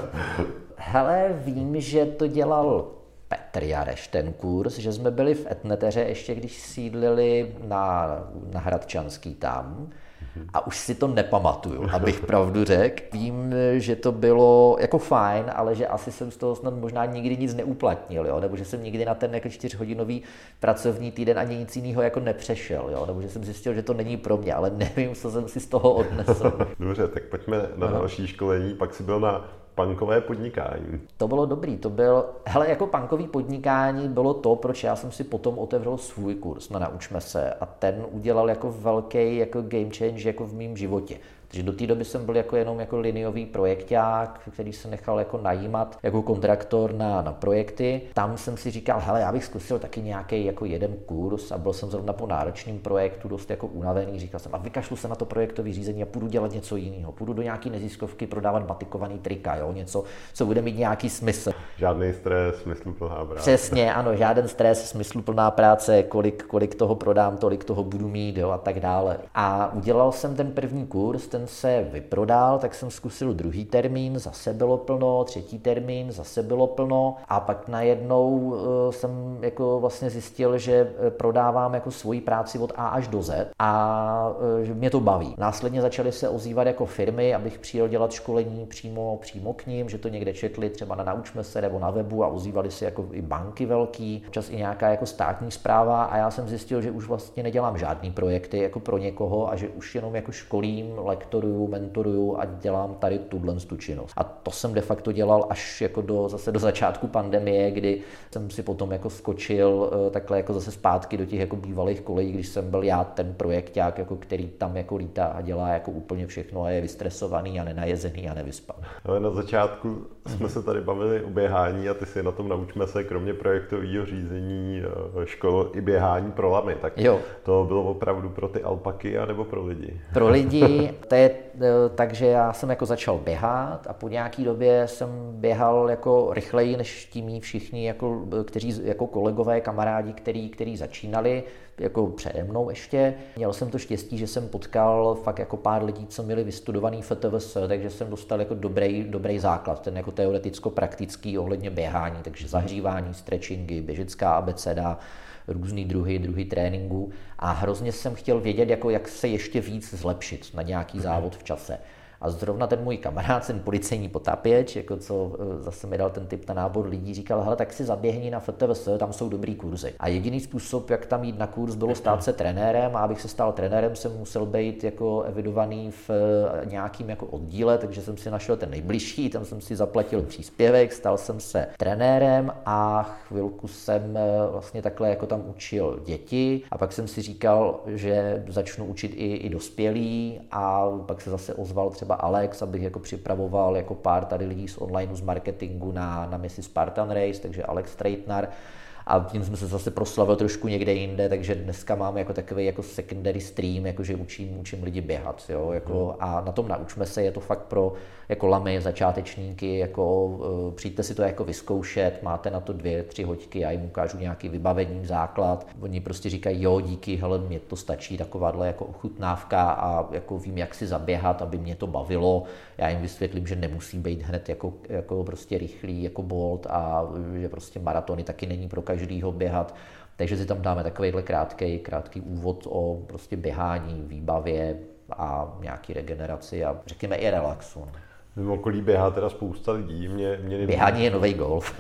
Hele, vím, že to dělal Petr Jareš, ten kurz, že jsme byli v Etneteře ještě, když sídlili na, na Hradčanský tam. A už si to nepamatuju, abych pravdu řekl. Vím, že to bylo jako fajn, ale že asi jsem z toho snad možná nikdy nic neuplatnil, jo? Nebo že jsem nikdy na ten jako čtyřhodinový pracovní týden ani nic jiného jako nepřešel, jo? Nebo že jsem zjistil, že to není pro mě, ale nevím, co jsem si z toho odnesl. Dobře, tak pojďme na Aha. další školení, pak si byl na punkové podnikání. To bylo dobrý, to byl, hele, jako punkový podnikání bylo to, proč já jsem si potom otevřel svůj kurz na Naučme se a ten udělal jako velký jako game change jako v mém životě. Takže do té doby jsem byl jako jenom jako liniový projekták, který se nechal jako najímat jako kontraktor na, na projekty. Tam jsem si říkal, hele, já bych zkusil taky nějaký jako jeden kurz a byl jsem zrovna po náročném projektu dost jako unavený. Říkal jsem, a vykašlu se na to projektové řízení a půjdu dělat něco jiného. Půjdu do nějaký neziskovky prodávat batikovaný trika, jo, něco, co bude mít nějaký smysl. Žádný stres, smysluplná práce. Přesně, ano, žádný stres, smysluplná práce, kolik, kolik toho prodám, tolik toho budu mít, jo, a tak dále. A udělal jsem ten první kurz, ten se vyprodal, tak jsem zkusil druhý termín, zase bylo plno, třetí termín, zase bylo plno a pak najednou uh, jsem jako vlastně zjistil, že prodávám jako svoji práci od A až do Z a uh, že mě to baví. Následně začaly se ozývat jako firmy, abych přijel dělat školení přímo, přímo k ním, že to někde četli třeba na Naučme se nebo na webu a ozývali se jako i banky velký, občas i nějaká jako státní správa a já jsem zjistil, že už vlastně nedělám žádný projekty jako pro někoho a že už jenom jako školím, lektoruju, mentoruju a dělám tady tuhle tu činnost. A to jsem de facto dělal až jako do, zase do začátku pandemie, kdy jsem si potom jako skočil takhle jako zase zpátky do těch jako bývalých kolejí, když jsem byl já ten projekták, jako který tam jako lítá a dělá jako úplně všechno a je vystresovaný a nenajezený a nevyspaný. Ale na začátku jsme se tady bavili o běhání a ty si na tom Naučme se kromě projektového řízení škol i běhání pro lamy. Tak jo. To bylo opravdu pro ty alpaky anebo pro lidi? Pro lidi, to je takže já jsem jako začal běhat a po nějaký době jsem běhal jako rychleji než ti mí všichni, jako, kteří jako kolegové, kamarádi, který, který začínali jako přede mnou ještě. Měl jsem to štěstí, že jsem potkal fakt jako pár lidí, co měli vystudovaný F T V S, takže jsem dostal jako dobrý, dobrý základ, ten jako teoreticko-praktický ohledně běhání, takže zahřívání, stretchingy, běžecká abeceda, různý druhy, druhy tréninku a hrozně jsem chtěl vědět, jako jak se ještě víc zlepšit na nějaký závod v čase. A zrovna ten můj kamarád, ten policejní potápěč, jako co zase mi dal ten tip na nábor lidí, říkal, hele, tak si zaběhni na F T V S, tam jsou dobrý kurzy. A jediný způsob, jak tam jít na kurz, bylo stát se trenérem, a abych se stal trenérem, jsem musel být jako evidovaný v nějakým jako oddíle, takže jsem si našel ten nejbližší, tam jsem si zaplatil příspěvek, stal jsem se trenérem a chvilku jsem vlastně takhle jako tam učil děti a pak jsem si říkal, že začnu učit i, i dospělí a pak se zase ozval třeba Alex, abych jako připravoval jako pár tady lidí z online, z marketingu na, na misi Spartan Race, takže Alex Streitner. A tím jsme se zase proslavil trošku někde jinde, takže dneska máme jako takový jako secondary stream, jakože učím, učím lidi běhat, jo, jako, a na tom naučme se, je to fakt pro jako lamy, začátečníky, jako uh, přijďte si to jako vyzkoušet, máte na to dvě, tři hoďky, já jim ukážu nějaký vybavení, základ, oni prostě říkají, jo, díky, hele, mě to stačí, takováhle jako ochutnávka a jako vím, jak si zaběhat, aby mě to bavilo, já jim vysvětlím, že nemusí být hned jako, jako prostě rychlý, jako Bolt a že prostě maratony taky není pro každýho běhat, takže si tam dáme takovýhle krátký, krátký úvod o prostě běhání, výbavě a nějaký regeneraci a řekněme i relaxu. V okolí běhá teda spousta lidí. Mě, mě Běhání je nový golf.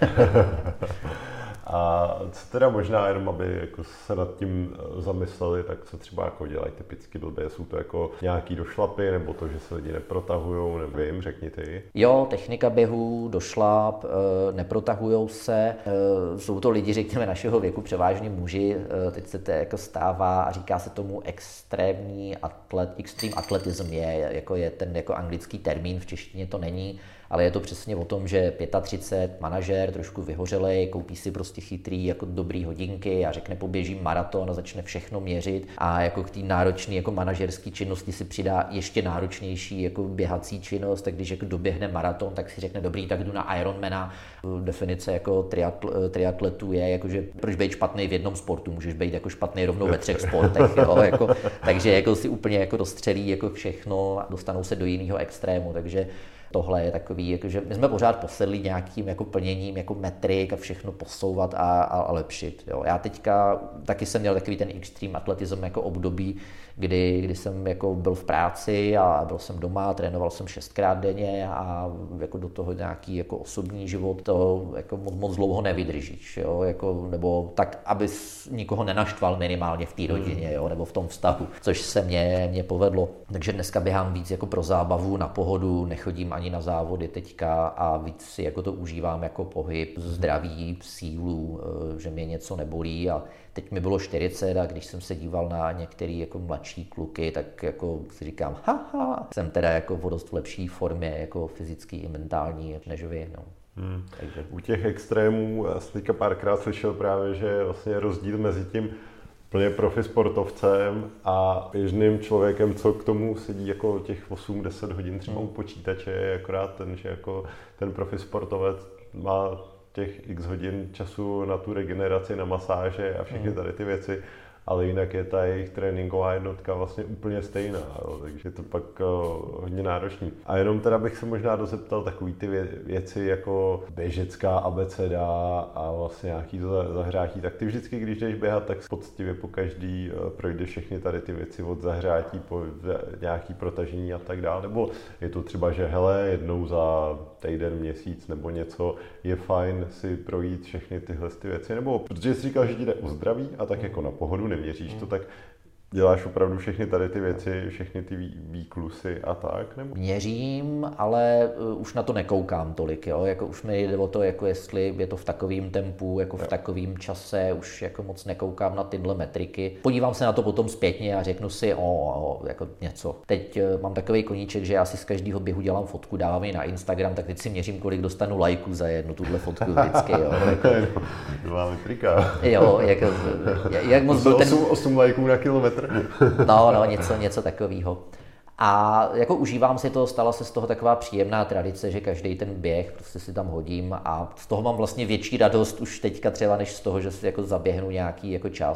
A co teda možná jenom, aby jako se nad tím zamysleli, tak co třeba jako dělají typicky blbě, jsou to jako nějaký došlapy, nebo to, že se lidi neprotahujou, nebo jim, řekni ty. Jo, technika běhu, došlap, neprotahujou se, jsou to lidi, řekněme, našeho věku, převážně muži, teď se to jako stává a říká se tomu extrémní atlet, extreme atletism je, jako je ten jako anglický termín, v češtině to není, ale je to přesně o tom, že třicet pět, manažer, trošku vyhořelej, koupí si prostě chytrý, jako dobrý hodinky a řekne poběžím maraton a začne všechno měřit a jako k té náročné jako manažerské činnosti si přidá ještě náročnější jako běhací činnost, tak když jako doběhne maraton, tak si řekne dobrý, tak jdu na Ironmana. Definice jako triatl, triatletu je, jakože proč být špatný v jednom sportu, můžeš být jako špatný rovnou ve třech sportech, jo, jako, takže jako si úplně jako dostřelí jako všechno a dostanou se do jiného extrému, takže tohle je takový, jakože my jsme pořád posedlí nějakým jako plněním jako metrik a všechno posouvat a, a, a lepšit. Jo. Já teďka taky jsem měl takový ten extreme atletism jako období, kdy, kdy jsem jako byl v práci a byl jsem doma, trénoval jsem šestkrát denně a jako do toho nějaký jako osobní život to jako moc, moc dlouho nevydržíš, jo, jako, nebo tak, abys nikoho nenaštval minimálně v té rodině, jo, nebo v tom vztahu, což se mě, mě povedlo. Takže dneska běhám víc jako pro zábavu, na pohodu, nechodím ani na závody teďka a víc si jako to užívám jako pohyb, zdraví, sílu, že mě něco nebolí a teď mi bylo čtyřicet a když jsem se díval na některé jako mladší kluky, tak jako si říkám, haha, jsem teda jako v dost lepší formě, jako fyzický i mentální, než vy. No. Hmm. Takže. U těch extrémů jsem teďka párkrát slyšel právě, že je vlastně rozdíl mezi tím plně profi sportovcem a běžným člověkem, co k tomu sedí jako těch osm deset hodin třeba u počítače, je akorát ten, že jako ten profi sportovec má těch x hodin času na tu regeneraci, na masáže a všechny tady ty věci, ale jinak je ta jejich tréninková jednotka vlastně úplně stejná, jo, takže je to pak uh, hodně náročný. A jenom teda bych se možná dozeptal takový ty vě- věci jako běžecká abeceda a vlastně nějaký to zahřátí, tak ty vždycky, když jdeš běhat, tak poctivě po každý uh, projdeš všechny tady ty věci od zahřátí po nějaký protažení a tak dále, nebo je to třeba, že hele, jednou za týden, měsíc nebo něco je fajn si projít všechny tyhle ty věci, nebo protože jsi říkal, že ti jde o zdraví a tak jako na pohodu, neměříš to, tak děláš opravdu všechny tady ty věci, všechny ty výklusy a tak? Nebo? Měřím, ale uh, už na to nekoukám tolik, jo? Jako už mi jde o to, jako jestli je to v takovém tempu, jako v jo. takovém čase, už jako moc nekoukám na tyhle metriky. Podívám se na to potom zpětně a řeknu si, o, o jako něco. Teď uh, mám takový koníček, že já si z každého běhu dělám fotku, dávám ji na Instagram, tak teď si měřím, kolik dostanu lajků za jednu tuhle fotku vždycky, jo? Jako, Taková metrika. Jo, jako, jak moc byl ten... osm lajků na kilometr. No, no, něco, něco takového. A jako užívám si to, stala se z toho taková příjemná tradice, že každý ten běh prostě si tam hodím a z toho mám vlastně větší radost už teďka třeba než z toho, že si jako zaběhnu nějaký jako čas.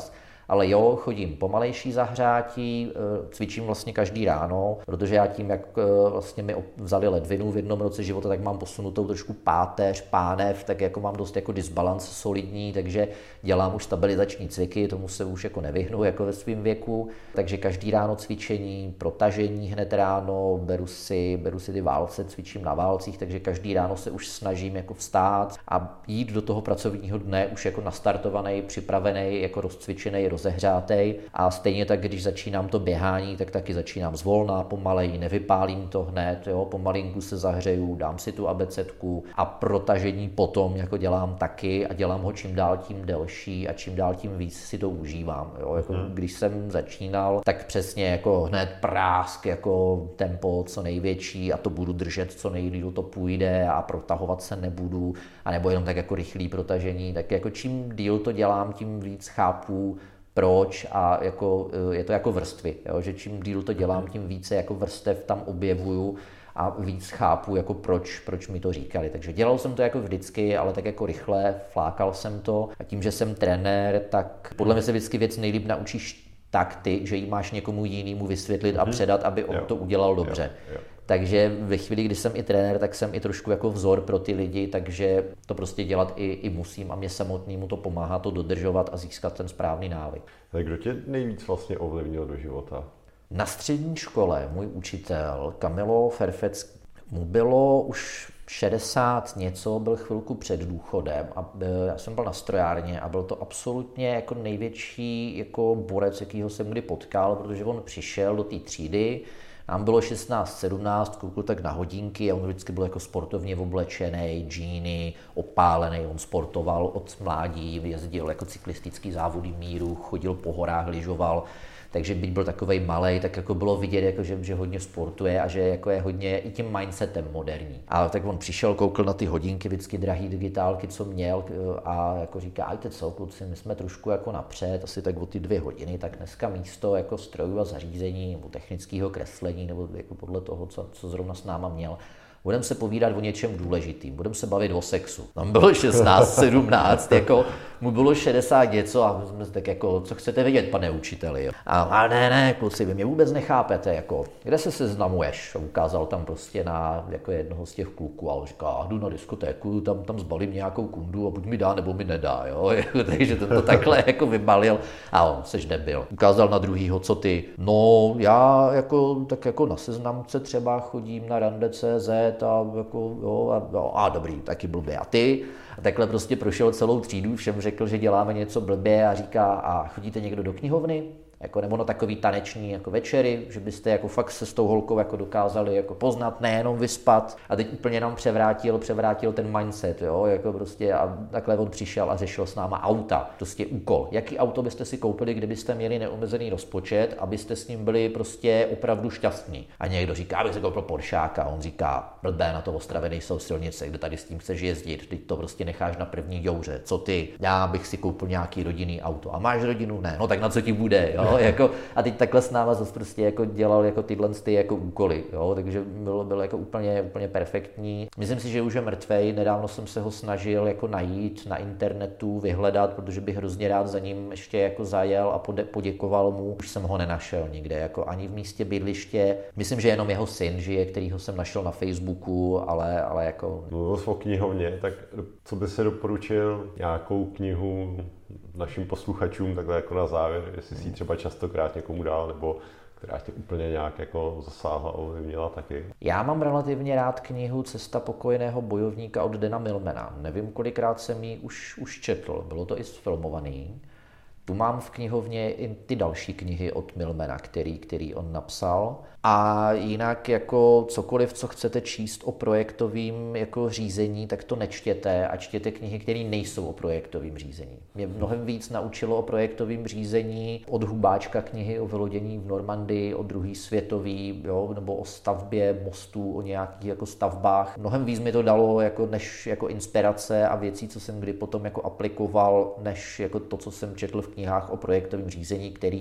Ale jo, chodím pomalejší zahřátí, cvičím vlastně každý ráno, protože já tím, jak vlastně mi vzali ledvinu v jednom roce života, tak mám posunutou trošku páteř, pánev, tak jako mám dost jako disbalans solidní, takže dělám už stabilizační cviky, tomu se už jako nevyhnu jako ve svém věku, takže každý ráno cvičení, protažení hned ráno, beru si, beru si ty válce, cvičím na válcích, takže každý ráno se už snažím jako vstát a jít do toho pracovního dne už jako nastartovaný, připravený, jako rozcvičený, rozehřátej. A stejně tak, když začínám to běhání, tak taky začínám zvolna, pomalej, nevypálím to hned, jo, pomalinku se zahřeju, dám si tu abecedku a protažení potom jako dělám taky a dělám ho čím dál tím delší a čím dál tím víc si to užívám. Jo. Jako, hmm. Když jsem začínal, tak přesně jako hned prásk, jako tempo co největší a to budu držet co nejdýl to půjde a protahovat se nebudu, anebo jenom tak jako rychlý protažení, tak jako čím díl to dělám, tím víc chápu, proč a jako, je to jako vrstvy, jo? Že čím díl to dělám, tím více jako vrstev tam objevuju a víc chápu, jako proč, proč mi to říkali. Takže dělal jsem to jako vždycky, ale tak jako rychle, flákal jsem to a tím, že jsem trenér, tak podle mě se vždycky věc nejlíp naučíš tak ty, že ji máš někomu jinému vysvětlit mm-hmm. a předat, aby on jo. to udělal dobře. Jo. Jo. Takže ve chvíli, kdy jsem i trenér, tak jsem i trošku jako vzor pro ty lidi, takže to prostě dělat i, i musím a mě samotnému to pomáhá to dodržovat a získat ten správný návyk. Tak kdo tě nejvíc vlastně ovlivnil do života? Na střední škole můj učitel Kamilo Ferfec, mu bylo už šedesát něco, byl chvilku před důchodem a já jsem byl na strojárně a byl to absolutně jako největší jako borec, jakýho jsem kdy potkal, protože on přišel do té třídy, nám bylo šestnáct sedmnáct, koukl tak na hodinky a on vždycky byl jako sportovně oblečený, džíny, opálený, on sportoval od mládí, jezdil jako cyklistický závody míru, chodil po horách, lyžoval, takže byť byl takovej malej, tak jako bylo vidět, jako že, že hodně sportuje a že jako je hodně i tím mindsetem moderní. A tak on přišel, koukl na ty hodinky, vždycky drahý digitálky, co měl a jako říká, ajte co, kluci, my jsme trošku jako napřed, asi tak o ty dvě hodiny, tak dneska místo jako strojů a zařízení nebo technického kreslení nebo jako podle toho, co, co zrovna s náma měl, budeme se povídat o něčem důležitým, budeme se bavit o sexu. Tam bylo šestnáct sedmnáct, jako mu bylo šedesát něco a jsme tak jako, co chcete vědět, pane učiteli. A, a ne, ne, kluci, vy mě vůbec nechápete, jako, kde se seznamuješ? A ukázal tam prostě na jako jednoho z těch kluků a on říká, jdu na diskotéku, tam, tam zbalím nějakou kundu a buď mi dá, nebo mi nedá, jo. Takže ten to takhle jako vybalil a on, seš debil. Ukázal na druhýho, co ty? No, já jako, tak jako na seznamce třeba chodím na rande tečka cé zet a jako, jo, a, jo, a dobrý, taky blbě. A ty? A takhle prostě prošel celou třídu, všem řekl, že děláme něco blbě a říká, a chodíte někdo do knihovny? Jako, nebo na takový taneční jako večery, že byste jako fakt se s tou holkou jako dokázali jako poznat, nejenom vyspat. A teď úplně nám převrátil, převrátil ten mindset, jo, jako prostě a takhle on přišel a řešil s náma auta, prostě úkol. Jaký auto byste si koupili, kdybyste měli neomezený rozpočet, abyste s ním byli prostě opravdu šťastní. A někdo říká, abych si koupil Poršáka, a on říká, blbé, na to Ostravě nejsou silnice, kde tady s tím chceš jezdit, teď to prostě necháš na první jouře, co ty, já bych si koupil nějaký rodinný auto. A máš rodinu? Ne, no tak na co ti bude, jo? Jako, a teď takhle s náma zase prostě jako dělal jako tyhle ty jako úkoly, jo? Takže bylo, bylo jako úplně, úplně perfektní. Myslím si, že už je mrtvej, nedávno jsem se ho snažil jako najít na internetu, vyhledat, protože bych hrozně rád za ním ještě jako zajel a pode, poděkoval mu. Už jsem ho nenašel nikde, jako ani v místě bydliště. Myslím, že jenom jeho syn žije, kterýho jsem našel na Facebooku, ale, ale jako... Mluvil jsi o knihovně, tak co by se doporučil nějakou knihu našim posluchačům takhle jako na závěr, jestli si ji třeba častokrát někomu dál, nebo která tě úplně nějak jako zasáhla, ovlivnila taky? Já mám relativně rád knihu Cesta pokojného bojovníka od Dana Millmana. Nevím, kolikrát jsem ji už, už četl, bylo to i sfilmovaný. Tu mám v knihovně i ty další knihy od Millmana, který, který on napsal. A jinak jako cokoliv, co chcete číst o projektovém jako řízení, tak to nečtěte a čtěte knihy, které nejsou o projektovém řízení. Mě mnohem víc naučilo o projektovém řízení od Hubáčka knihy o vylodění v Normandii, o druhý světový, jo, nebo o stavbě mostů, o nějakých jako stavbách. Mnohem víc mi to dalo jako, než jako inspirace a věcí, co jsem kdy potom jako aplikoval, než jako to, co jsem četl v knihách o projektovém řízení, který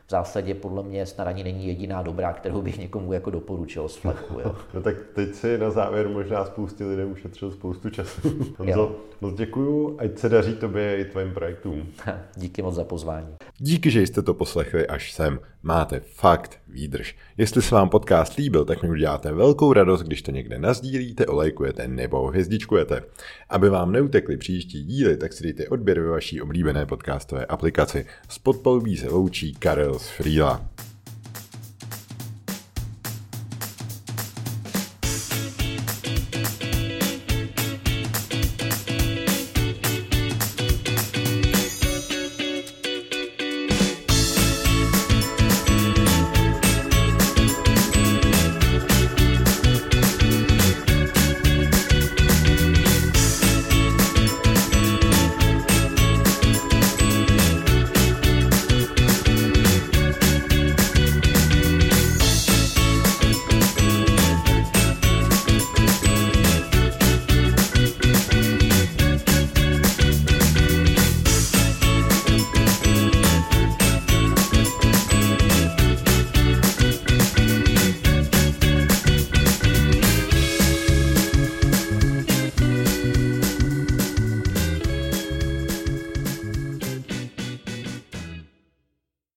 v zásadě podle mě snad ani není jediná dobrá, kterou bych někomu jako doporučil z Fleku. Jo. No tak teď si na závěr možná spoustě lidem ušetřil spoustu času. Honzo, moc děkuju, ať se daří tobě i tvým projektům. Díky moc za pozvání. Díky, že jste to poslechli až sem. Máte fakt výdrž. Jestli se vám podcast líbil, tak mi uděláte velkou radost, když to někde nazdílíte, olejkujete nebo hvězdičkujete. Aby vám neutekly příští díly, tak si dejte odběr ve vaší oblíbené podcastové aplikaci. Z podpalubí se loučí Karel z Frýla.